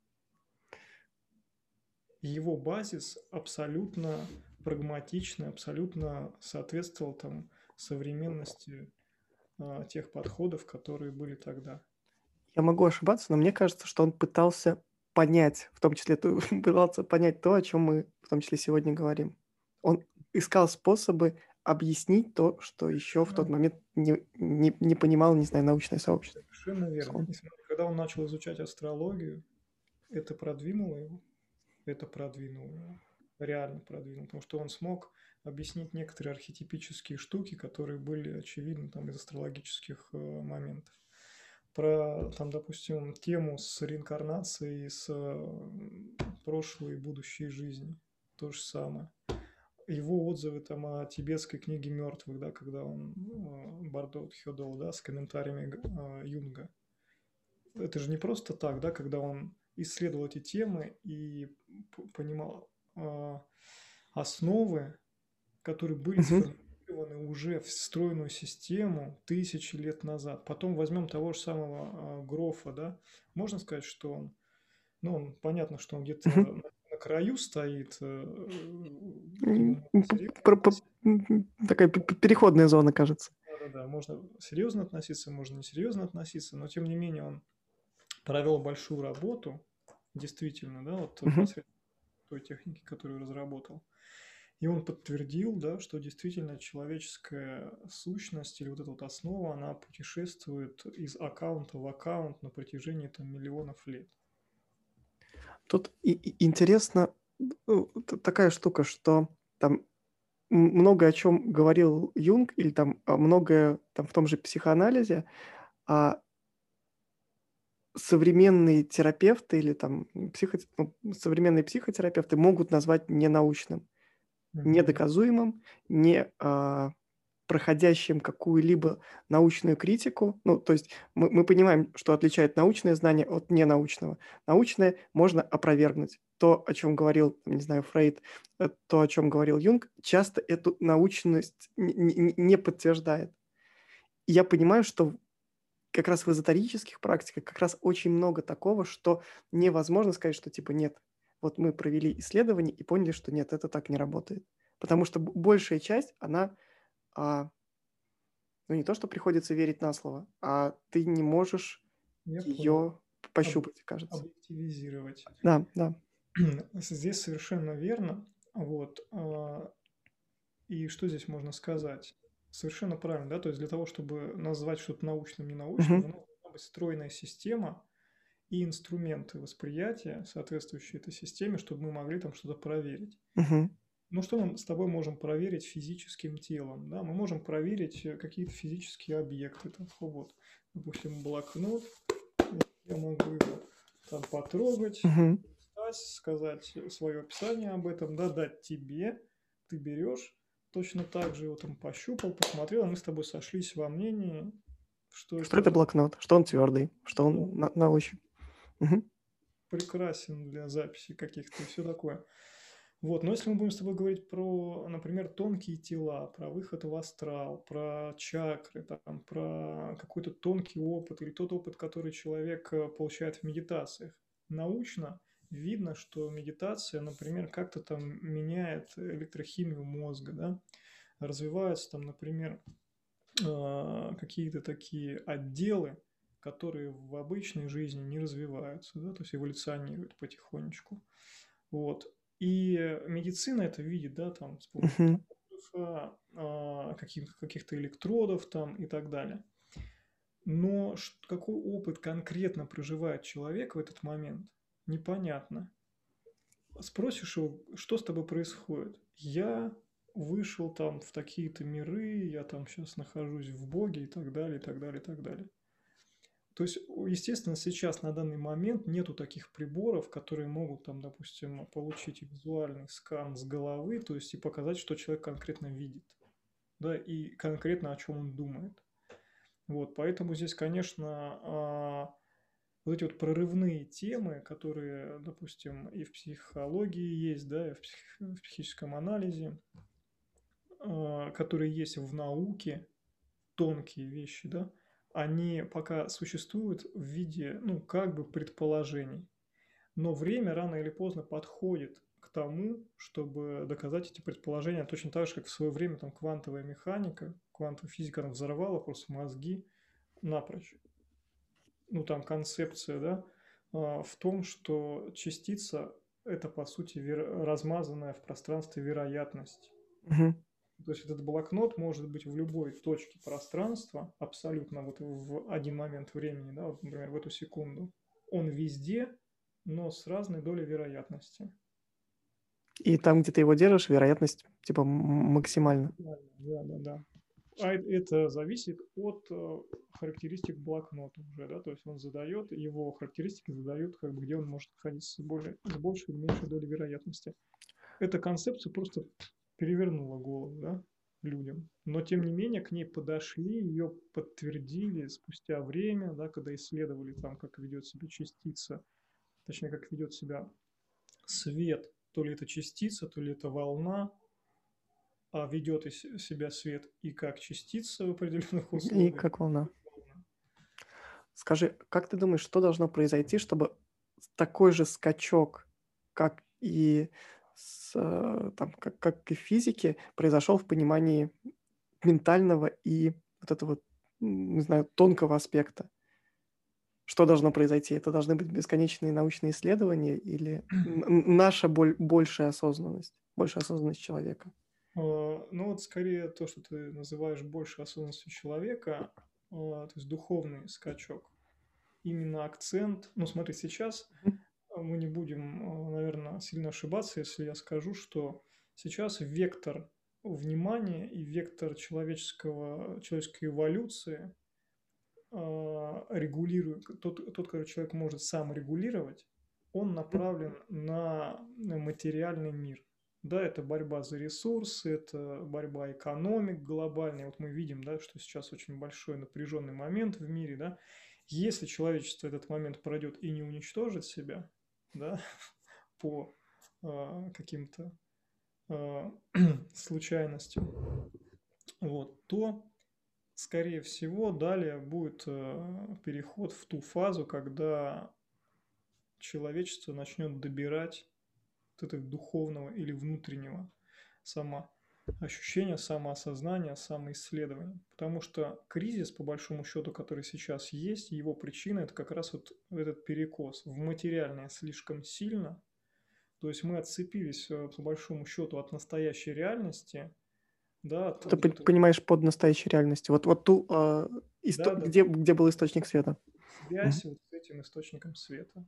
Его базис абсолютно прагматичный, абсолютно соответствовал там современности а, тех подходов, которые были тогда. Я могу ошибаться, но мне кажется, что он пытался понять, в том числе ту- пытался понять то, о чем мы в том числе сегодня говорим. Он искал способы объяснить то, что еще в тот Совершенно, момент не, не, не понимал, не знаю, научное сообщество. совершенно верно. И смотри, когда он начал изучать астрологию, это продвинуло его, это продвинуло его. реально продвинул, потому что он смог объяснить некоторые архетипические штуки, которые были очевидны там из астрологических э, моментов. Про, там, допустим, тему с реинкарнацией, с э, прошлой и будущей жизни. То же самое. Его отзывы там о тибетской книге мертвых, да, когда он, ну, Бардо Хёдол, да, с комментариями э, Юнга. Это же не просто так, да, когда он исследовал эти темы и п- понимал э, основы, которые были Мгм. сформированы уже в встроенную систему тысячи лет назад. Потом возьмем того же самого э, Грофа, да, можно сказать, что он, ну, он, понятно, что он где-то Мгм. на, на краю стоит, э, к нему М, можно п- серьезно про- по- относиться. м, Такая п- п- переходная зона, кажется. Да-да-да, можно серьезно относиться, можно несерьезно относиться, но тем не менее он провел большую работу, действительно, да, вот Мгм. посредством той техники, которую разработал. И он подтвердил, да, что действительно человеческая сущность или вот эта вот основа, она путешествует из аккаунта в аккаунт на протяжении там миллионов лет. Тут и- и интересно, ну, т- такая штука, что там м- много о чем говорил Юнг, или там а, многое там в том же психоанализе, а современные терапевты или там психо... ну, современные психотерапевты могут назвать ненаучным, Мгм. недоказуемым, не а, проходящим какую-либо научную критику. Ну, то есть мы, мы понимаем, что отличает научное знание от ненаучного. Научное можно опровергнуть. То, о чем говорил, там, не знаю, Фрейд, э, то, о чем говорил Юнг, часто эту научность не, не- не подтверждает. И я понимаю, что как раз в эзотерических практиках как раз очень много такого, что невозможно сказать, что типа нет. Вот мы провели исследование и поняли, что нет, это так не работает. Потому что б- большая часть, она а, ну, не то, что приходится верить на слово, а ты не можешь Я понял. ее Об- пощупать, кажется. объективизировать. Да, да. Здесь совершенно верно. Вот. а, И что здесь можно сказать? Совершенно правильно, да? То есть для того, чтобы назвать что-то научным, ненаучным, Мгм, ну, должна быть стройная система и инструменты восприятия, соответствующие этой системе, чтобы мы могли там что-то проверить. мгм, Ну, что мы с тобой можем проверить физическим телом, да? Мы можем проверить э, какие-то физические объекты. Там, вот, допустим, блокнот, я могу его там потрогать, мгм. полистать, сказать свое описание об этом, да, дать тебе, ты берешь, точно так же его там пощупал, посмотрел, а мы с тобой сошлись во мнении, что Что это это, блокнот, что он твердый, что да, он на, на ощупь. Мгм, прекрасен для записи каких-то и все такое. Вот, но если мы будем с тобой говорить про, например, тонкие тела, про выход в астрал, про чакры, там, про какой-то тонкий опыт или тот опыт, который человек э, получает в медитациях, научно видно, что медитация, например, как-то там меняет электрохимию мозга, да, развиваются там, например, э, какие-то такие отделы, которые в обычной жизни не развиваются, да, то есть эволюционируют потихонечку. Вот. И медицина это видит, да, там с помощью мгм. томографа, а, каких- каких-то электродов там и так далее. Но ш- какой опыт конкретно проживает человек в этот момент, непонятно. Спросишь его, что с тобой происходит? Я вышел там в такие-то миры, я там сейчас нахожусь в Боге и так далее, и так далее, и так далее. То есть, естественно, сейчас на данный момент нету таких приборов, которые могут там, допустим, получить визуальный скан с головы, то есть и показать, что человек конкретно видит, да, и конкретно о чем он думает. Вот, поэтому здесь, конечно, а, вот эти вот прорывные темы, которые, допустим, и в психологии есть, да, и в, псих- в психическом анализе, а, которые есть в науке, тонкие вещи, да, они пока существуют в виде, ну, как бы предположений. Но время рано или поздно подходит к тому, чтобы доказать эти предположения, точно так же, как в свое время там квантовая механика, квантовая физика, она взорвала просто мозги напрочь. Ну, там концепция, да, а, в том, что частица – это, по сути, вер- размазанная в пространстве вероятность. Мгм. То есть этот блокнот может быть в любой точке пространства, абсолютно вот в один момент времени, да, вот, например, в эту секунду. Он везде, но с разной долей вероятности. И там, где ты его держишь, вероятность типа м максимальна. Да-да-да. А эт это зависит от, э, характеристик блокнота уже, да, то есть он задает, его характеристики задают, как бы, где он может находиться более с большей или меньшей долей вероятности. Эта концепция просто перевернула голову, да, людям. Но тем не менее к ней подошли, ее подтвердили спустя время, да, когда исследовали там, как ведет себя частица, точнее, как ведет себя свет. То ли это частица, то ли это волна, а ведет из себя свет и как частица в определенных И условиях. как волна. Скажи, как ты думаешь, что должно произойти, чтобы такой же скачок, как и с, э, там, как как и в физике, произошел в понимании ментального и вот этого, м, не знаю, тонкого аспекта? Что должно произойти? Это должны быть бесконечные научные исследования или н н наша боль большая осознанность, большая осознанность человека? А, ну вот скорее то, что ты называешь большей осознанностью человека, а, то есть духовный скачок. Именно акцент, ну смотри, сейчас Мгм. а, мы не будем, наверное, сильно ошибаться, если я скажу, что сейчас вектор внимания и вектор человеческого, человеческой эволюции а, регулирует, тот, тот, который человек может сам регулировать, он Мгм. направлен на материальный мир. Да, это борьба за ресурсы, это борьба экономик глобальная. Вот мы видим, да, что сейчас очень большой напряженный момент в мире, да. Если человечество этот момент пройдет и не уничтожит себя, да, по а, каким-то а, случайностям, вот, то скорее всего, далее будет э, переход в ту фазу, когда человечество начнет добирать вот этого духовного или внутреннего самоощущения, самоосознания, самоисследования. Потому что кризис, по большому счету, который сейчас есть, его причина – это как раз вот этот перекос в материальное слишком сильно. То есть мы отцепились, э, по большому счету, от настоящей реальности, да, от Что ты вот пон этого. понимаешь под настоящей реальностью? Вот вот ту, а, исто Да, да, где где был источник света? Мгм. связь вот с этим источником света.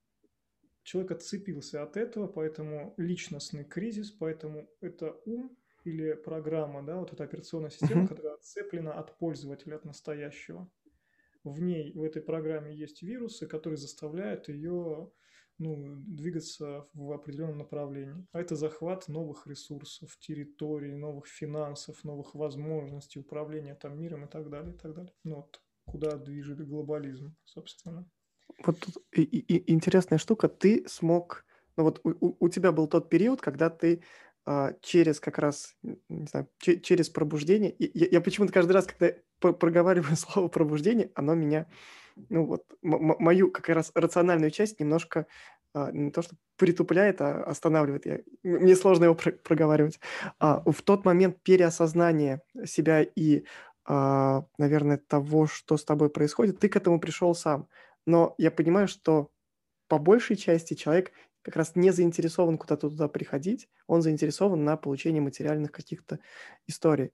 Человек отцепился от этого, поэтому личностный кризис, поэтому это ум или программа, да, вот эта операционная система, Мгм. которая отцеплена от пользователя, от настоящего. В ней, в этой программе есть вирусы, которые заставляют ее, ну, двигаться в определенном направлении. А это захват новых ресурсов, территорий, новых финансов, новых возможностей управления там миром и так далее, и так далее. Ну вот куда движет глобализм, собственно. Вот тут и и и интересная штука. Ты смог, ну вот у у у тебя был тот период, когда ты, а, через как раз, н не знаю, че через пробуждение. И я я почему-то каждый раз, когда я п проговариваю слово "пробуждение", оно меня, ну вот, м м мою как раз рациональную часть немножко, а, не то что притупляет, а останавливает. Я м мне сложно его про проговаривать. А, Мгм. в тот момент переосознания себя и, а, наверное, того, что с тобой происходит, ты к этому пришел сам. Но я понимаю, что по большей части человек как раз не заинтересован куда-то туда приходить, он заинтересован на получении материальных каких-то историй.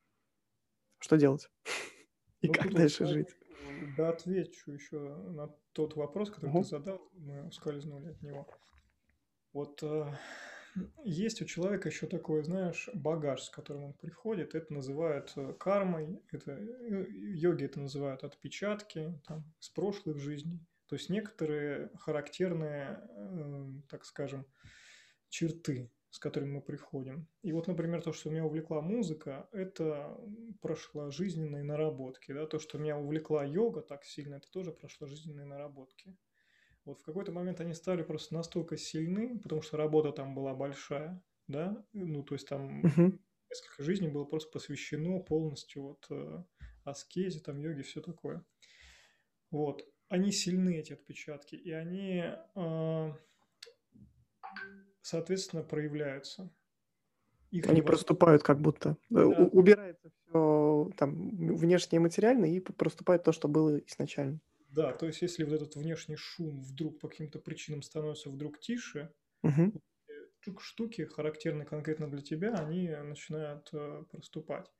Что делать? И Ну, как тут вот дальше сразу, жить? э, да, отвечу еще на тот вопрос, который ты Мгм. задал, мы ускользнули от него. Вот э, есть у человека еще такой, знаешь, багаж, с которым он приходит. Это называют э, кармой, это э, йоги это называют отпечатки там, с прошлых жизней. То есть некоторые характерные, э, так скажем, черты, с которыми мы приходим. И вот, например, то, что меня увлекла музыка, это прошложизненные наработки. Да? То, что меня увлекла йога так сильно, это тоже прошложизненные наработки. Вот в какой-то момент они стали просто настолько сильны, потому что работа там была большая, да, ну, то есть там Мгм. несколько жизней было просто посвящено полностью вот э, аскезе, там, йоге, все такое. Вот, они сильны, эти отпечатки, и они, э, соответственно, проявляются. Их Они невозможно... проступают как будто. Э, у Да, убирается все там внешнее материальное, и п проступает то, что было изначально. да, то есть если вот этот внешний шум вдруг по каким-то причинам становится вдруг тише, Мгм. э, чук- штуки, характерные конкретно для тебя, они начинают э, проступать.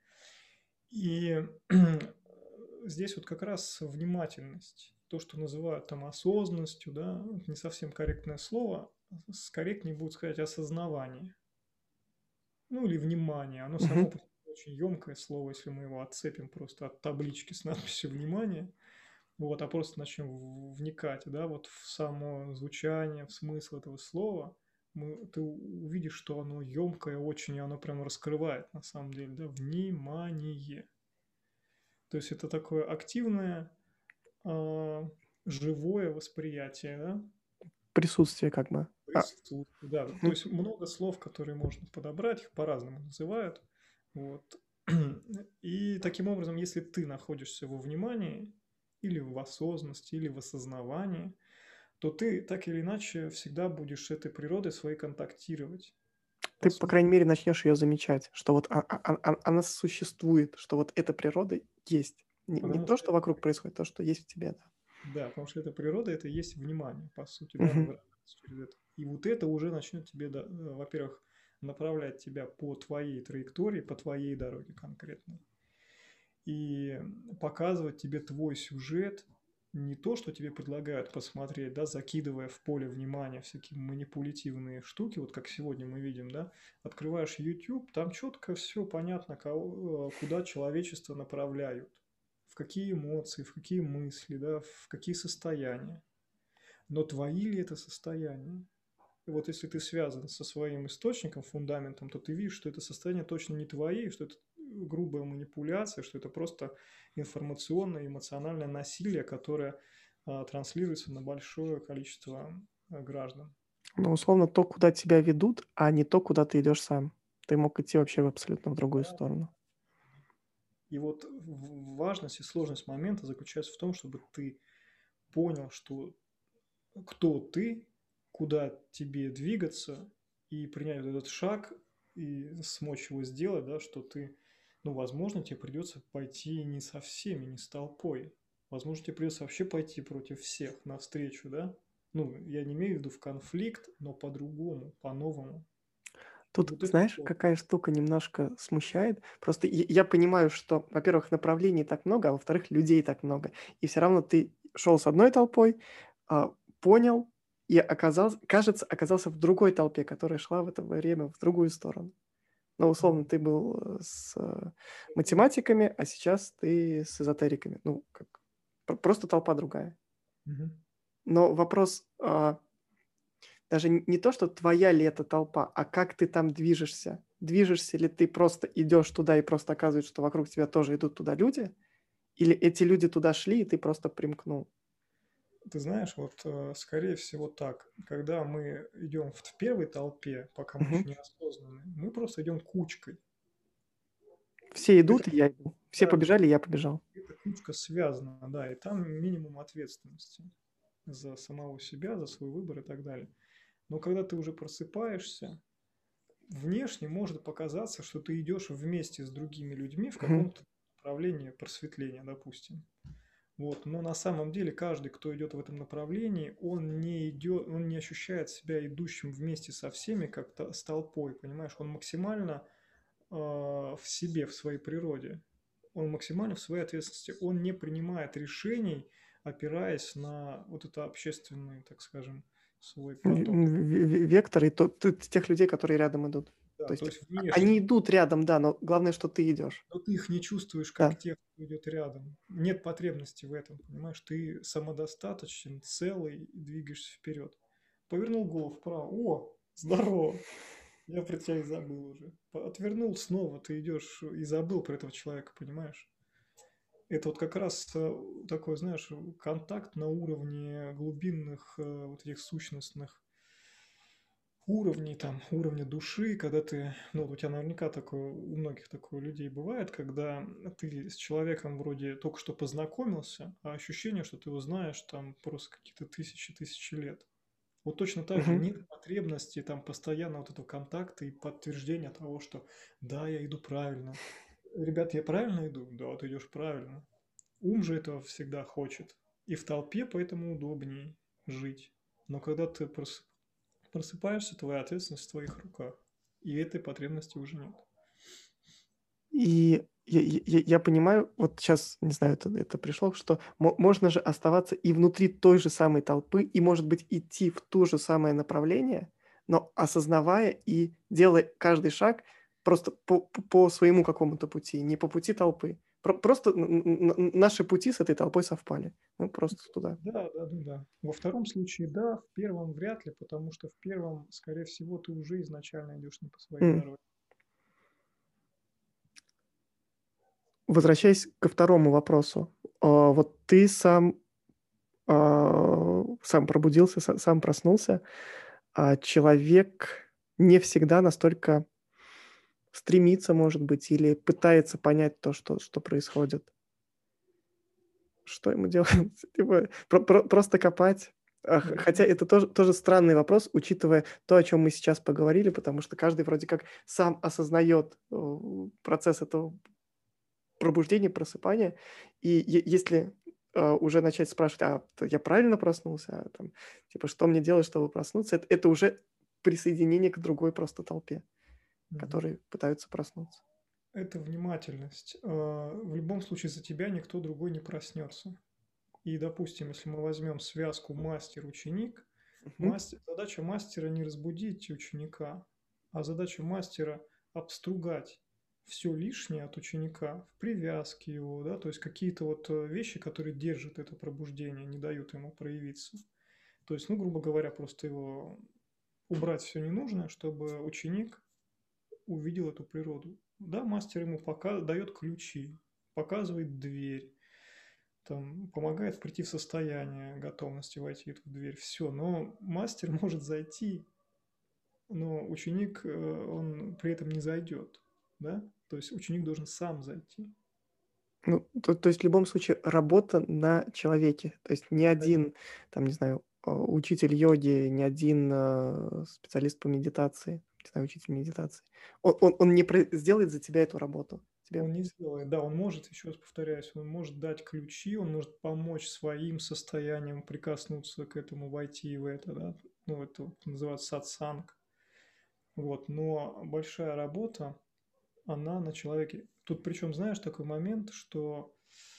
И здесь вот как раз внимательность, то, что называют там осознанностью, да, это не совсем корректное слово, скорректнее будет сказать осознавание. Ну, или внимание. Оно само Мгм. по себе очень емкое слово, если мы его отцепим просто от таблички с надписью «внимание», вот, а просто начнем в- вникать, да, вот в само звучание, в смысл этого слова, мы, ты у- увидишь, что оно емкое очень, и оно прям раскрывает на самом деле, да, внимание. То есть это такое активное, а, живое восприятие, да, Присутствие как бы. А, присутствие, да. То мгм. есть много слов, которые можно подобрать, их по-разному называют. Вот. И таким образом, если ты находишься во внимании, или в осознанности, или в осознавании, то ты так или иначе всегда будешь с этой природой своей контактировать, по Ты, по сути. крайней мере, начнешь ее замечать, что вот а а а а она существует, что вот эта природа есть. Не не Потому то, что что это, вокруг происходит, то, что есть в тебе, да. да, потому что эта природа, это и есть внимание, по сути, да, она Мгм. выражается через это. И вот это уже начнет тебе, да, э, во-первых, направлять тебя по твоей траектории, по твоей дороге конкретной. И показывать тебе твой сюжет, не то, что тебе предлагают посмотреть, да, закидывая в поле внимания всякие манипулятивные штуки, вот как сегодня мы видим, да, открываешь YouTube, там четко все понятно, кого, э, куда человечество направляют, в какие эмоции, в какие мысли, да, в какие состояния. Но твои ли это состояния? И вот если ты связан со своим источником, фундаментом, то ты видишь, что это состояние точно не твои, что это грубая манипуляция, что это просто информационное, эмоциональное насилие, которое а, транслируется на большое количество а, граждан. Ну, условно, то, куда тебя ведут, а не то, куда ты идешь сам. Ты мог идти вообще в абсолютно в другую Да. сторону. И вот в- важность и сложность момента заключается в том, чтобы ты понял, что кто ты, куда тебе двигаться, и принять вот этот шаг, и смочь его сделать, да, что ты, ну, возможно, тебе придется пойти не со всеми, не с толпой. Возможно, тебе придется вообще пойти против всех навстречу, да? Ну, я не имею в виду в конфликт, но по-другому, по-новому. И Тут, вот это знаешь, сложно. какая штука немножко смущает? Просто я я понимаю, что, во-первых, направлений так много, а во-вторых, людей так много. И все равно ты шел с одной толпой, а, понял и оказался, кажется, оказался в другой толпе, которая шла в это время в другую сторону. Ну, условно, Мгм. ты был, э, с, э, математиками, а сейчас ты с эзотериками. Ну, как п просто толпа другая. Мгм. Но вопрос, а даже н не то, что твоя ли это толпа, а как ты там движешься. Движешься ли ты, просто идешь туда и просто оказывается, что вокруг тебя тоже идут туда люди, или эти люди туда шли, и ты просто примкнул? Ты знаешь, вот, э, скорее всего, так. Когда мы идем в первой толпе, пока мы Мгм. еще не осознаны, мы просто идем кучкой. Все Это, идут, и я иду. Все да, побежали, и я побежал. эта кучка связана, да, и там минимум ответственности за самого себя, за свой выбор и так далее. Но когда ты уже просыпаешься, внешне может показаться, что ты идешь вместе с другими людьми в Мгм. каком-то направлении просветления, допустим. Вот. Но на самом деле каждый, кто идет в этом направлении, он не идет, он не ощущает себя идущим вместе со всеми, как то с толпой, понимаешь? Он максимально э, в себе, в своей природе. Он максимально в своей ответственности. Он не принимает решений, опираясь на вот это общественный, так скажем, свой В поток. в в вектор и то т тех людей, которые рядом идут. То Да, то есть есть а они внешне. идут рядом, да, но главное, что ты идешь. Но ты их не чувствуешь, как Да. тех, кто идет рядом. Нет потребности в этом, понимаешь? Ты самодостаточен, целый и двигаешься вперед. Повернул голову вправо. О, здорово! Я про тебя и забыл уже. По- Отвернул снова, ты идешь и забыл про этого человека, понимаешь? Это вот как раз э, такой, знаешь, контакт на уровне глубинных э, вот этих сущностных уровней, там, уровня души, когда ты, ну, вот у тебя наверняка такое, у многих такое людей бывает, когда ты с человеком вроде только что познакомился, а ощущение, что ты его знаешь там просто какие-то тысячи-тысячи лет. Вот точно так же Мгм. нет потребности там постоянно вот этого контакта и подтверждения того, что да, я иду правильно. Ребят, я правильно иду? Да, ты идешь правильно. Ум же этого всегда хочет. И в толпе поэтому удобнее жить. Но когда ты прос- просыпаешься, твоя ответственность в твоих руках. И этой потребности уже нет. И я я я понимаю, вот сейчас, не знаю, это это пришло, что мо можно же оставаться и внутри той же самой толпы, и, может быть, идти в то же самое направление, но осознавая и делая каждый шаг просто по по по своему какому-то пути, не по пути толпы. Про просто н н н наши пути с этой толпой совпали. Мы просто туда. Да, да, да, да. Во втором случае да, в первом вряд ли, потому что в первом, скорее всего, ты уже изначально идешь не по своей М. дороге. Возвращаясь ко второму вопросу. А, вот ты сам, а, сам пробудился, са сам проснулся, а человек не всегда настолько стремится, может быть, или пытается понять то, что что происходит. Что ему делать? Типа про про просто копать? А, х хотя Ну, это тоже тоже странный вопрос, учитывая то, о чем мы сейчас поговорили, потому что каждый вроде как сам осознает, э, процесс этого пробуждения, просыпания. И е если, а, уже начать спрашивать: "А, т я правильно проснулся?" А, там, типа: "Что мне делать, чтобы проснуться?" Это это уже присоединение к другой просто толпе, мгм. которые пытаются проснуться. Это внимательность. А, В любом случае за тебя никто другой не проснется. И, допустим, если мы возьмем связку мастер-ученик, Мгм. мастер, задача мастера не разбудить ученика, а задача мастера обстругать все лишнее от ученика в привязке его, да, то есть какие-то вот э, вещи, которые держат это пробуждение, не дают ему проявиться. То есть, ну, грубо говоря, просто его убрать все ненужное, чтобы ученик увидел эту природу. Да, мастер ему пока дает ключи, показывает дверь, там, помогает прийти в состояние готовности войти в эту дверь. Все, но мастер может зайти, но ученик, э, он при этом не зайдет, да? То есть ученик должен сам зайти. Ну, то то есть в любом случае работа на человеке. То есть ни Конечно. один, там, не знаю, а, учитель йоги, ни один, а, специалист по медитации, не знаю, учитель медитации, он он он не про сделает за тебя эту работу. Тебе Он не сделает, да, он может, еще раз повторяюсь, он может дать ключи, он может помочь своим состоянием прикоснуться к этому, войти в это, да, ну, это вот называется сатсанг. Вот, но большая работа, она на человеке. Тут причем, знаешь, такой момент, что,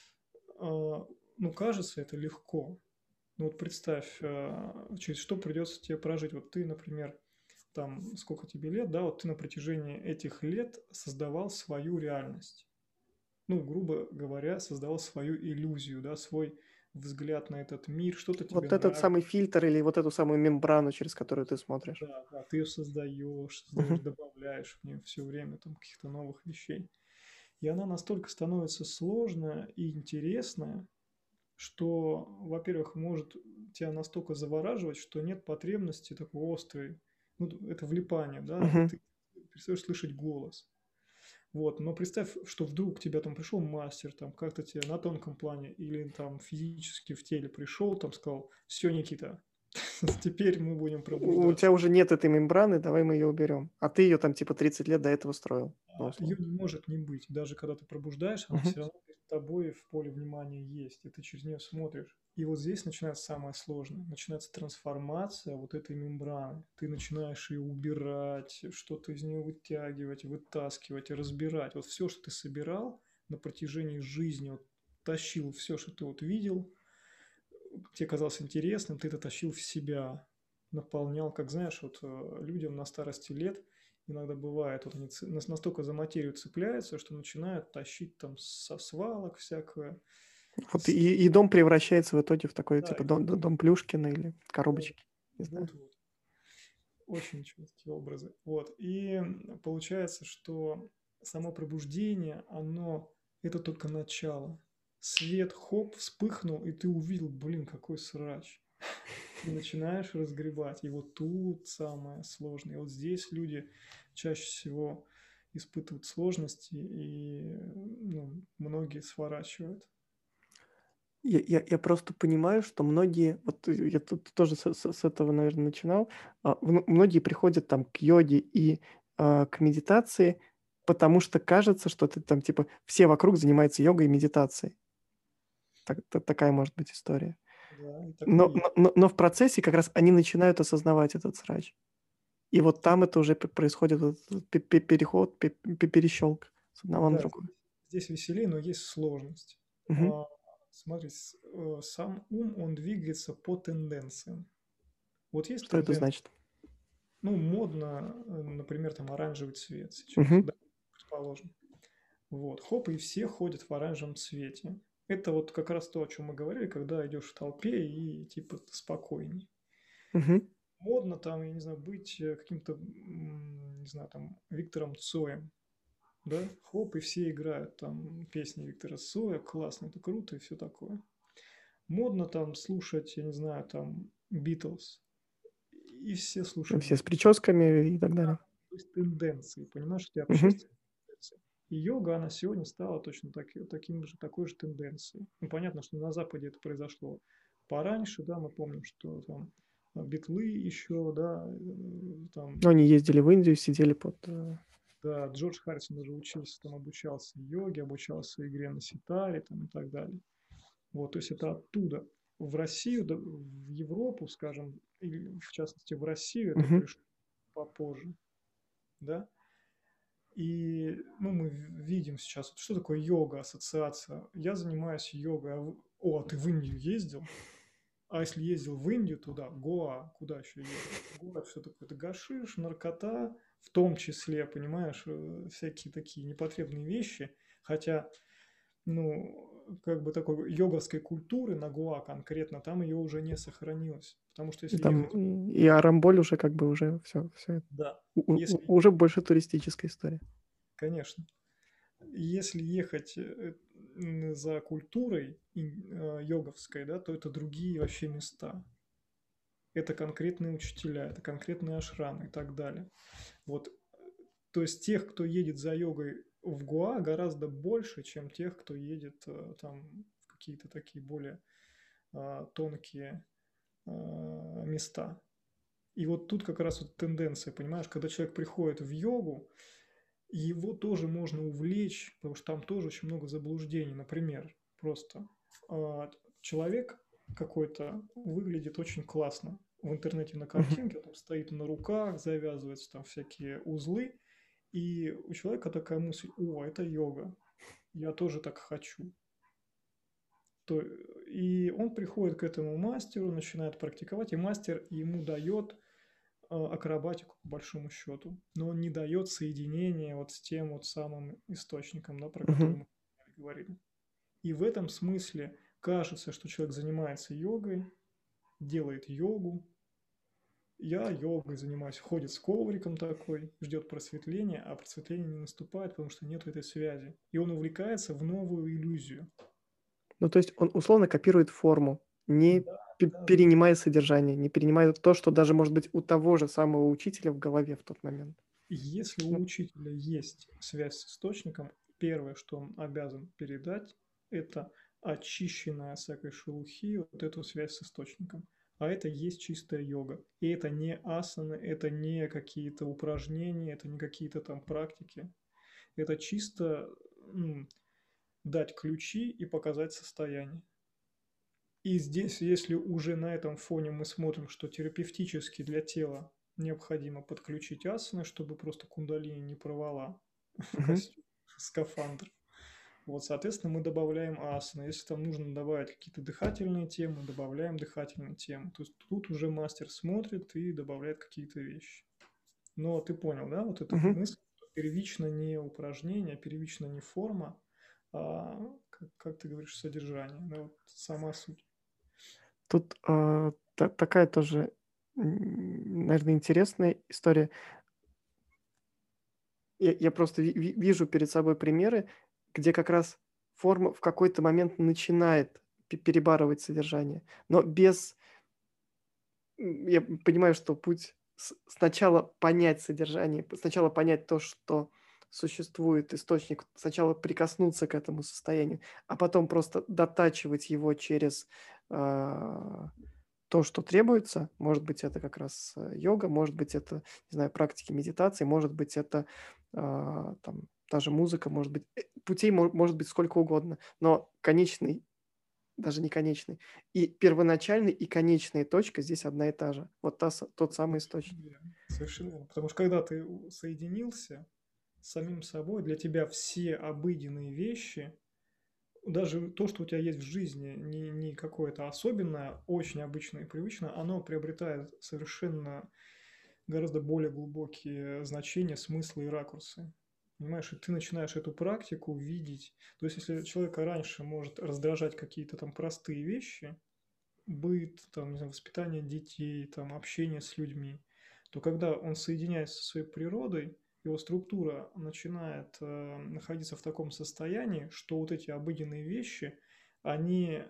а, ну, кажется, это легко. Ну, вот представь, а, через что придется тебе прожить. Вот ты, например, там, сколько тебе лет, да, вот ты на протяжении этих лет создавал свою реальность. Ну, грубо говоря, создавал свою иллюзию, да, свой взгляд на этот мир, что-то тебе вот этот нравится. самый фильтр или вот эту самую мембрану, через которую ты смотришь. Да, да, ты ее создаешь, создаешь, Мгм. добавляешь в нее все время там каких-то новых вещей. И она настолько становится сложная и интересная, что, во-первых, может тебя настолько завораживать, что нет потребности такой острой. Ну, это влипание, да, Мгм. ты перестаешь слышать голос. Вот, но представь, что вдруг к тебе там пришел мастер, там как-то тебе на тонком плане или там физически в теле пришел, там сказал: все, Никита, теперь мы будем У у пробуждаться. тя уже нет этой мембраны, давай мы ее уберем. А ты ее там типа тридцать лет до этого строил, ну, А ее условно. не может не быть. Даже когда ты пробуждаешь, она Мгм. все равно перед тобой в поле внимания есть, и ты через нее смотришь. И вот здесь начинается самое сложное. Начинается трансформация вот этой мембраны. Ты начинаешь ее убирать, что-то из нее вытягивать, вытаскивать, разбирать. Вот все, что ты собирал на протяжении жизни, вот тащил все, что ты вот видел, тебе казалось интересным, ты это тащил в себя, наполнял, как знаешь, вот э, людям на старости лет иногда бывает, вот они ц- нас- настолько за материю цепляются, что начинают тащить там со свалок всякое. Вот С- и и дом превращается в итоге в такой Да, типа и дом вот, д дом Плюшкина или вот, коробочки, не знаю. вот, вот. Очень четкие образы. Вот. И м, получается, что само пробуждение, оно, это только начало. Свет, хоп, вспыхнул, и ты увидел, блин, какой срач. И начинаешь разгребать. И вот тут самое сложное. И вот здесь люди чаще всего испытывают сложности, и ну, многие сворачивают. Я я я просто понимаю, что многие, вот э, я тут тоже с с с этого, наверно, начинал. А, мно многие приходят там к йоге и, а, к медитации, потому что кажется, что ты там типа все вокруг занимаются йогой и медитацией. Так та такая может быть история. Да, и такое Но есть. но но но в процессе как раз они начинают осознавать этот срач. И вот там это уже п происходит вот этот пе пе переход, пе пе перещёлк с одного на Да, другое. здесь веселее, но есть сложность. Мгм. А, Смотри, с- э, сам ум, он двигается по тенденциям. Вот есть Что это тенденция, значит? ну, модно, э, например, там оранжевый цвет сейчас, Мгм. да, предположим. Вот, хоп, и все ходят в оранжевом цвете. Это вот как раз то, о чем мы говорили, когда идешь в толпе и типа спокойней. Мгм. Модно там, я не знаю, быть э, каким-то, м, не знаю, там, Виктором Цоем, да, хоп, и все играют там песни Виктора Цоя, классно, это круто и все такое. Модно там слушать, я не знаю, там, Битлз, и все слушают Все с Битлз. прическами и так далее. То есть тенденции, понимаешь, эти Мгм. общественные тенденции. И йога, она сегодня стала точно так, таким же, такой же тенденцией. Ну, понятно, что на Западе это произошло пораньше, да, мы помним, что там а, Битлы еще, да, э, там, Ну, они ездили в Индию, сидели под... э, да, Джордж Харрисон даже учился, там обучался йоге, обучался игре на ситаре там, и так далее. Вот, то есть это оттуда. В Россию, да, в Европу, скажем, или в частности в Россию это Мгм. пришло попозже, да. И, ну, мы в- видим сейчас, вот что такое йога, ассоциация. Я занимаюсь йогой. А вы- О, а ты в Индию ездил? А если ездил в Индию туда, Гоа, куда еще ехать? Гоа, все такое, это гашиш, наркота, в том числе, понимаешь, э, всякие такие непотребные вещи. Хотя, ну, как бы такой йоговской культуры на Гоа конкретно, там ее уже не сохранилось. Потому что И если там ехать, и, и Арамболь уже как бы уже все, все да, если, уже больше туристическая история. конечно, если ехать э, м, за культурой ин- э, йоговской, да, то это другие вообще места. Это конкретные учителя, это конкретные ашрамы и так далее. Вот, то есть тех, кто едет за йогой в Гоа, гораздо больше, чем тех, кто едет э, там в какие-то такие более а, тонкие а, места. И вот тут как раз вот тенденция, понимаешь, когда человек приходит в йогу, его тоже можно увлечь, потому что там тоже очень много заблуждений. Например, просто а, человек какой-то выглядит очень классно в интернете на Мгм. картинке, он там стоит на руках, завязываются там всякие узлы, и у человека такая мысль: о, это йога, я тоже так хочу. То, и он приходит к этому мастеру, начинает практиковать, и мастер ему дает а, акробатику по большому счету, но он не дает соединения вот с тем вот самым источником, да, про который Мгм. мы говорили. И в этом смысле кажется, что человек занимается йогой, делает йогу, я йогой занимаюсь, ходит с ковриком такой, ждет просветления, а просветление не наступает, потому что нет этой связи. И он увлекается в новую иллюзию. Ну, то есть он условно копирует форму, не Да, пе- да, да. перенимая содержание, не перенимая то, что даже может быть у того же самого учителя в голове в тот момент. Если у Ну, учителя есть связь с источником, первое, что он обязан передать, это очищенная всякой шелухи, вот эту связь с источником. А это есть чистая йога. И это не асаны, это не какие-то упражнения, это не какие-то там практики. Это чисто м, дать ключи и показать состояние. И здесь, если уже на этом фоне мы смотрим, что терапевтически для тела необходимо подключить асаны, чтобы просто кундалини не порвала в мгм. костюм, в скафандр. Вот, соответственно, мы добавляем асаны. Если там нужно добавить какие-то дыхательные темы, добавляем дыхательные темы. То есть тут уже мастер смотрит и добавляет какие-то вещи. Но ты понял, да, вот эту Мгм. мысль, что первично не упражнение, первично не форма, а, как, как ты говоришь, содержание, да, вот сама суть. Тут а, та- такая тоже, наверное, интересная история. Я, я просто ви- ви- вижу перед собой примеры, где как раз форма в какой-то момент начинает пе- перебарывать содержание, но без... м, Я понимаю, что путь с- сначала понять содержание, п- сначала понять то, что существует источник, сначала прикоснуться к этому состоянию, а потом просто дотачивать его через а, то, что требуется. Может быть, это как раз э, йога, может быть, это, не знаю, практики медитации, может быть, это а, там та же музыка, может быть, э, путей мо- может быть сколько угодно, но конечный, даже не конечный, и первоначальный, и конечная точка здесь одна и та же. Вот та, с- тот самый источник. Совершенно верно. Совершенно верно. Потому что когда ты у- соединился, самим собой, для тебя все обыденные вещи, даже то, что у тебя есть в жизни, не, не какое-то особенное, очень обычное и привычное, оно приобретает совершенно гораздо более глубокие значения, смыслы и ракурсы. Понимаешь, и ты начинаешь эту практику видеть. То есть, если человека раньше может раздражать какие-то там простые вещи, быт, там, не знаю, воспитание детей, там, общение с людьми, то когда он соединяется со своей природой, его структура начинает э, находиться в таком состоянии, что вот эти обыденные вещи, они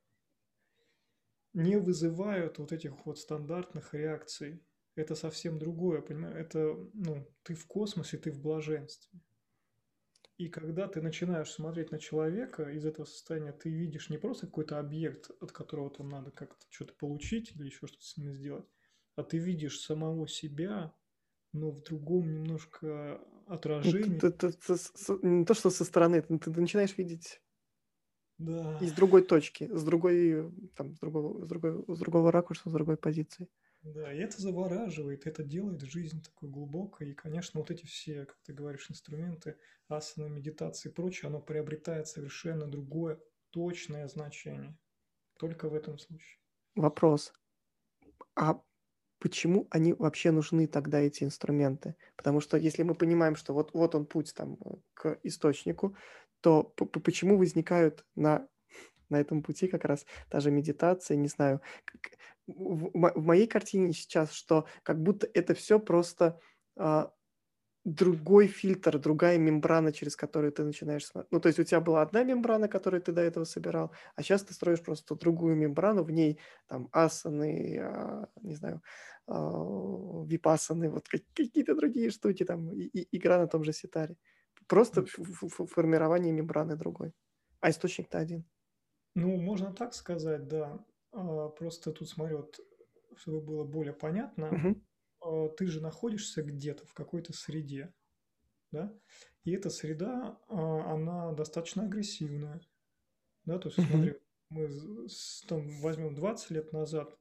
не вызывают вот этих вот стандартных реакций. Это совсем другое, понимаешь? Это, ну, ты в космосе, ты в блаженстве. И когда ты начинаешь смотреть на человека из этого состояния, ты видишь не просто какой-то объект, от которого там надо как-то что-то получить или еще что-то с ним сделать, а ты видишь самого себя, но в другом немножко Ну, отражении. ты- ты- ты- ты с- с- Не то, что со стороны, ты, ты начинаешь видеть Да, из другой точки, с другой, там, с другого, с другой, с другого ракурса, с другой позиции. да, и это завораживает, это делает жизнь такой глубокой. И, конечно, вот эти все, как ты говоришь, инструменты, асаны, медитации и прочее, оно приобретает совершенно другое, точное значение. Только в этом случае. Вопрос. А почему они вообще нужны тогда, эти инструменты? Потому что если мы понимаем, что вот, вот он путь там э, к источнику, то п- п- почему возникают на, на этом пути как раз та же медитация, не знаю. к- к- В, в мо- в моей картине сейчас, что как будто это все просто а, другой фильтр, другая мембрана, через которую ты начинаешь смотреть. Ну, то есть у тебя была одна мембрана, которую ты до этого собирал, а сейчас ты строишь просто другую мембрану, в ней там асаны, а, не знаю, а, випассаны, вот как- какие-то другие штуки, там, и, и- игра на том же ситаре. Просто ф- ф- ф- формирование мембраны другой. А источник-то один. Ну, можно так сказать, да. А, Просто тут смотри, вот, чтобы было более понятно, Мгм. а, ты же находишься где-то в какой-то среде, да? И эта среда, а, она достаточно агрессивная, да? То есть, Мгм. смотри, мы з- с- там возьмем двадцать лет назад,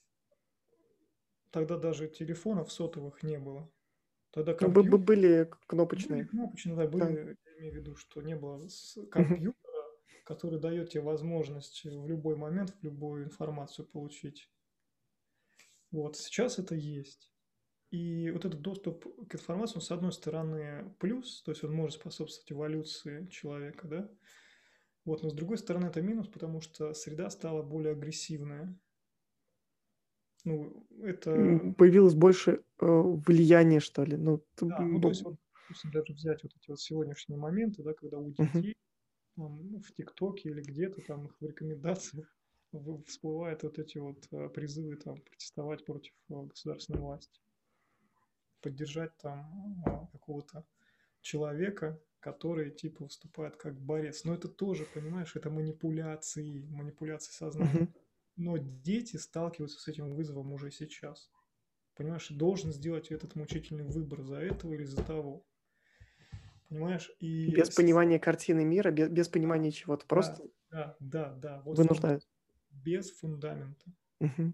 тогда даже телефонов сотовых не было. Тогда Ну, бы- бы- компьютеры были были кнопочные. кнопочные, да, Да. были, я имею в виду, что не было с- Мгм. компьютера, который дает тебе возможность в любой момент в любую информацию получить. Вот, сейчас это есть. И вот этот доступ к информации, он, с одной стороны, плюс, то есть он может способствовать эволюции человека, да, вот, но с другой стороны, это минус, потому что среда стала более агрессивная. Ну, это, М, Появилось больше э, влияния, что ли. Ну, т- да, ну, то есть, б- вот, допустим, даже взять вот эти вот сегодняшние моменты, да, когда у Мгм. детей там, ну, в ТикТоке или где-то там их в рекомендациях в- всплывают вот эти вот э, призывы там протестовать против э, государственной власти, поддержать там э, какого-то человека, который типа выступает как борец. Но это тоже, понимаешь, это манипуляции, манипуляции Мгм. сознания. Но дети сталкиваются с этим вызовом уже сейчас. Понимаешь, должен сделать этот мучительный выбор за этого или за того. Понимаешь? И Без с- понимания картины мира, без, без да, понимания чего-то, да, просто да, да, да. Вот в том то вынуждают. без фундамента. Мгм.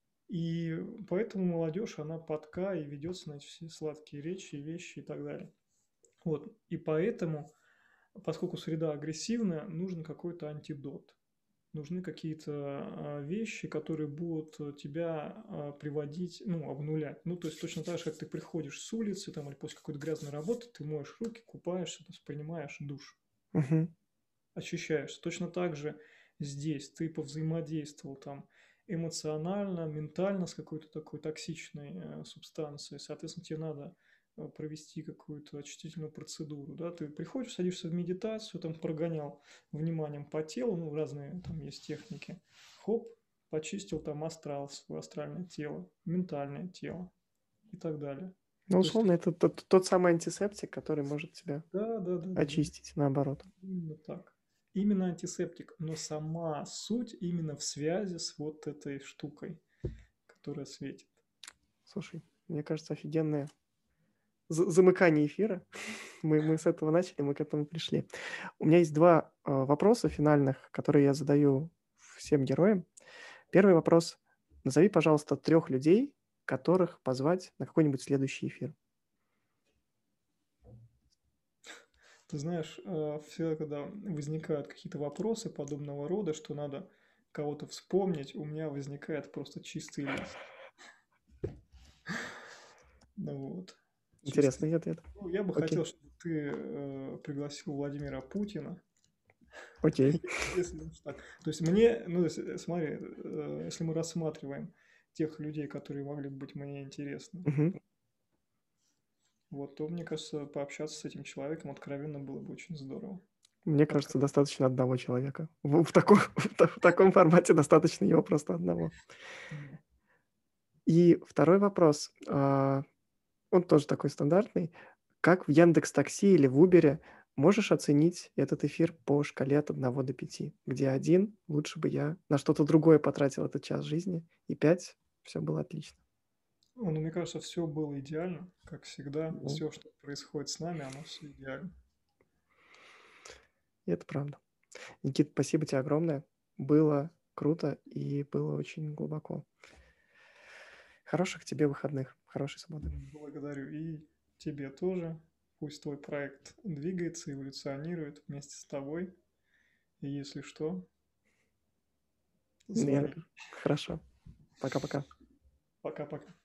И поэтому молодежь, она подка и ведется на эти все сладкие речи, вещи и так далее. Вот. И поэтому, поскольку среда агрессивная, нужен какой-то антидот. Нужны какие-то а, вещи, которые будут э, тебя а, приводить, ну, обнулять. Ну, то есть точно так же, как ты приходишь с улицы там, или после какой-то грязной работы, ты моешь руки, купаешься, то есть принимаешь душ, Мгм. очищаешься. Точно так же здесь ты повзаимодействовал там эмоционально, ментально с какой-то такой токсичной э, субстанцией. Соответственно, тебе надо э, провести какую-то очистительную процедуру. Да? Ты приходишь, садишься в медитацию, там прогонял вниманием по телу, ну, разные там есть техники. Хоп, почистил там астрал, свое астральное тело, ментальное тело и так далее. Ну, То есть, условно, это тот, тот самый антисептик, который может тебя да, да, да, да, да. очистить, наоборот. Именно так. Именно антисептик, но сама суть именно в связи с вот этой штукой, которая светит. Слушай, мне кажется, офигенное за- замыкание эфира. Мы, мы с этого начали, мы к этому пришли. У меня есть два э, вопроса финальных, которые я задаю всем героям. Первый вопрос. Назови, пожалуйста, трех людей, которых позвать на какой-нибудь следующий эфир. Ты знаешь, э, всегда, когда возникают какие-то вопросы подобного рода, что надо кого-то вспомнить, у меня возникает просто чистый лист. Ну вот, чистый. Интересный ответ. Ну, я бы Окей. хотел, чтобы ты э, пригласил Владимира Путина, Окей. если уж так. То есть мне, ну, то есть, э, смотри, э, если мы рассматриваем тех людей, которые могли бы быть мне интересны, Мгм. вот, то, мне кажется, пообщаться с этим человеком откровенно было бы очень здорово. Мне кажется, Откровенно. достаточно одного человека. В в таком в та в таком формате достаточно его просто одного. Да. И второй вопрос, а, он тоже такой стандартный. Как в "Яндекс.Такси" или в "Убере" можешь оценить этот эфир по шкале от одного до пяти, где один лучше бы я на что-то другое потратил этот час жизни, и пять все было отлично. Ну, ну, мне кажется, все было идеально, как всегда. Ну, Все, что происходит с нами, оно все идеально. и это правда. Никит, спасибо тебе огромное. Было круто и было очень глубоко. Хороших тебе выходных, хорошей субботы. Благодарю и тебе тоже. Пусть твой проект двигается, эволюционирует вместе с тобой. И если что, Я звони. хорошо. Пока-пока. Пока-пока.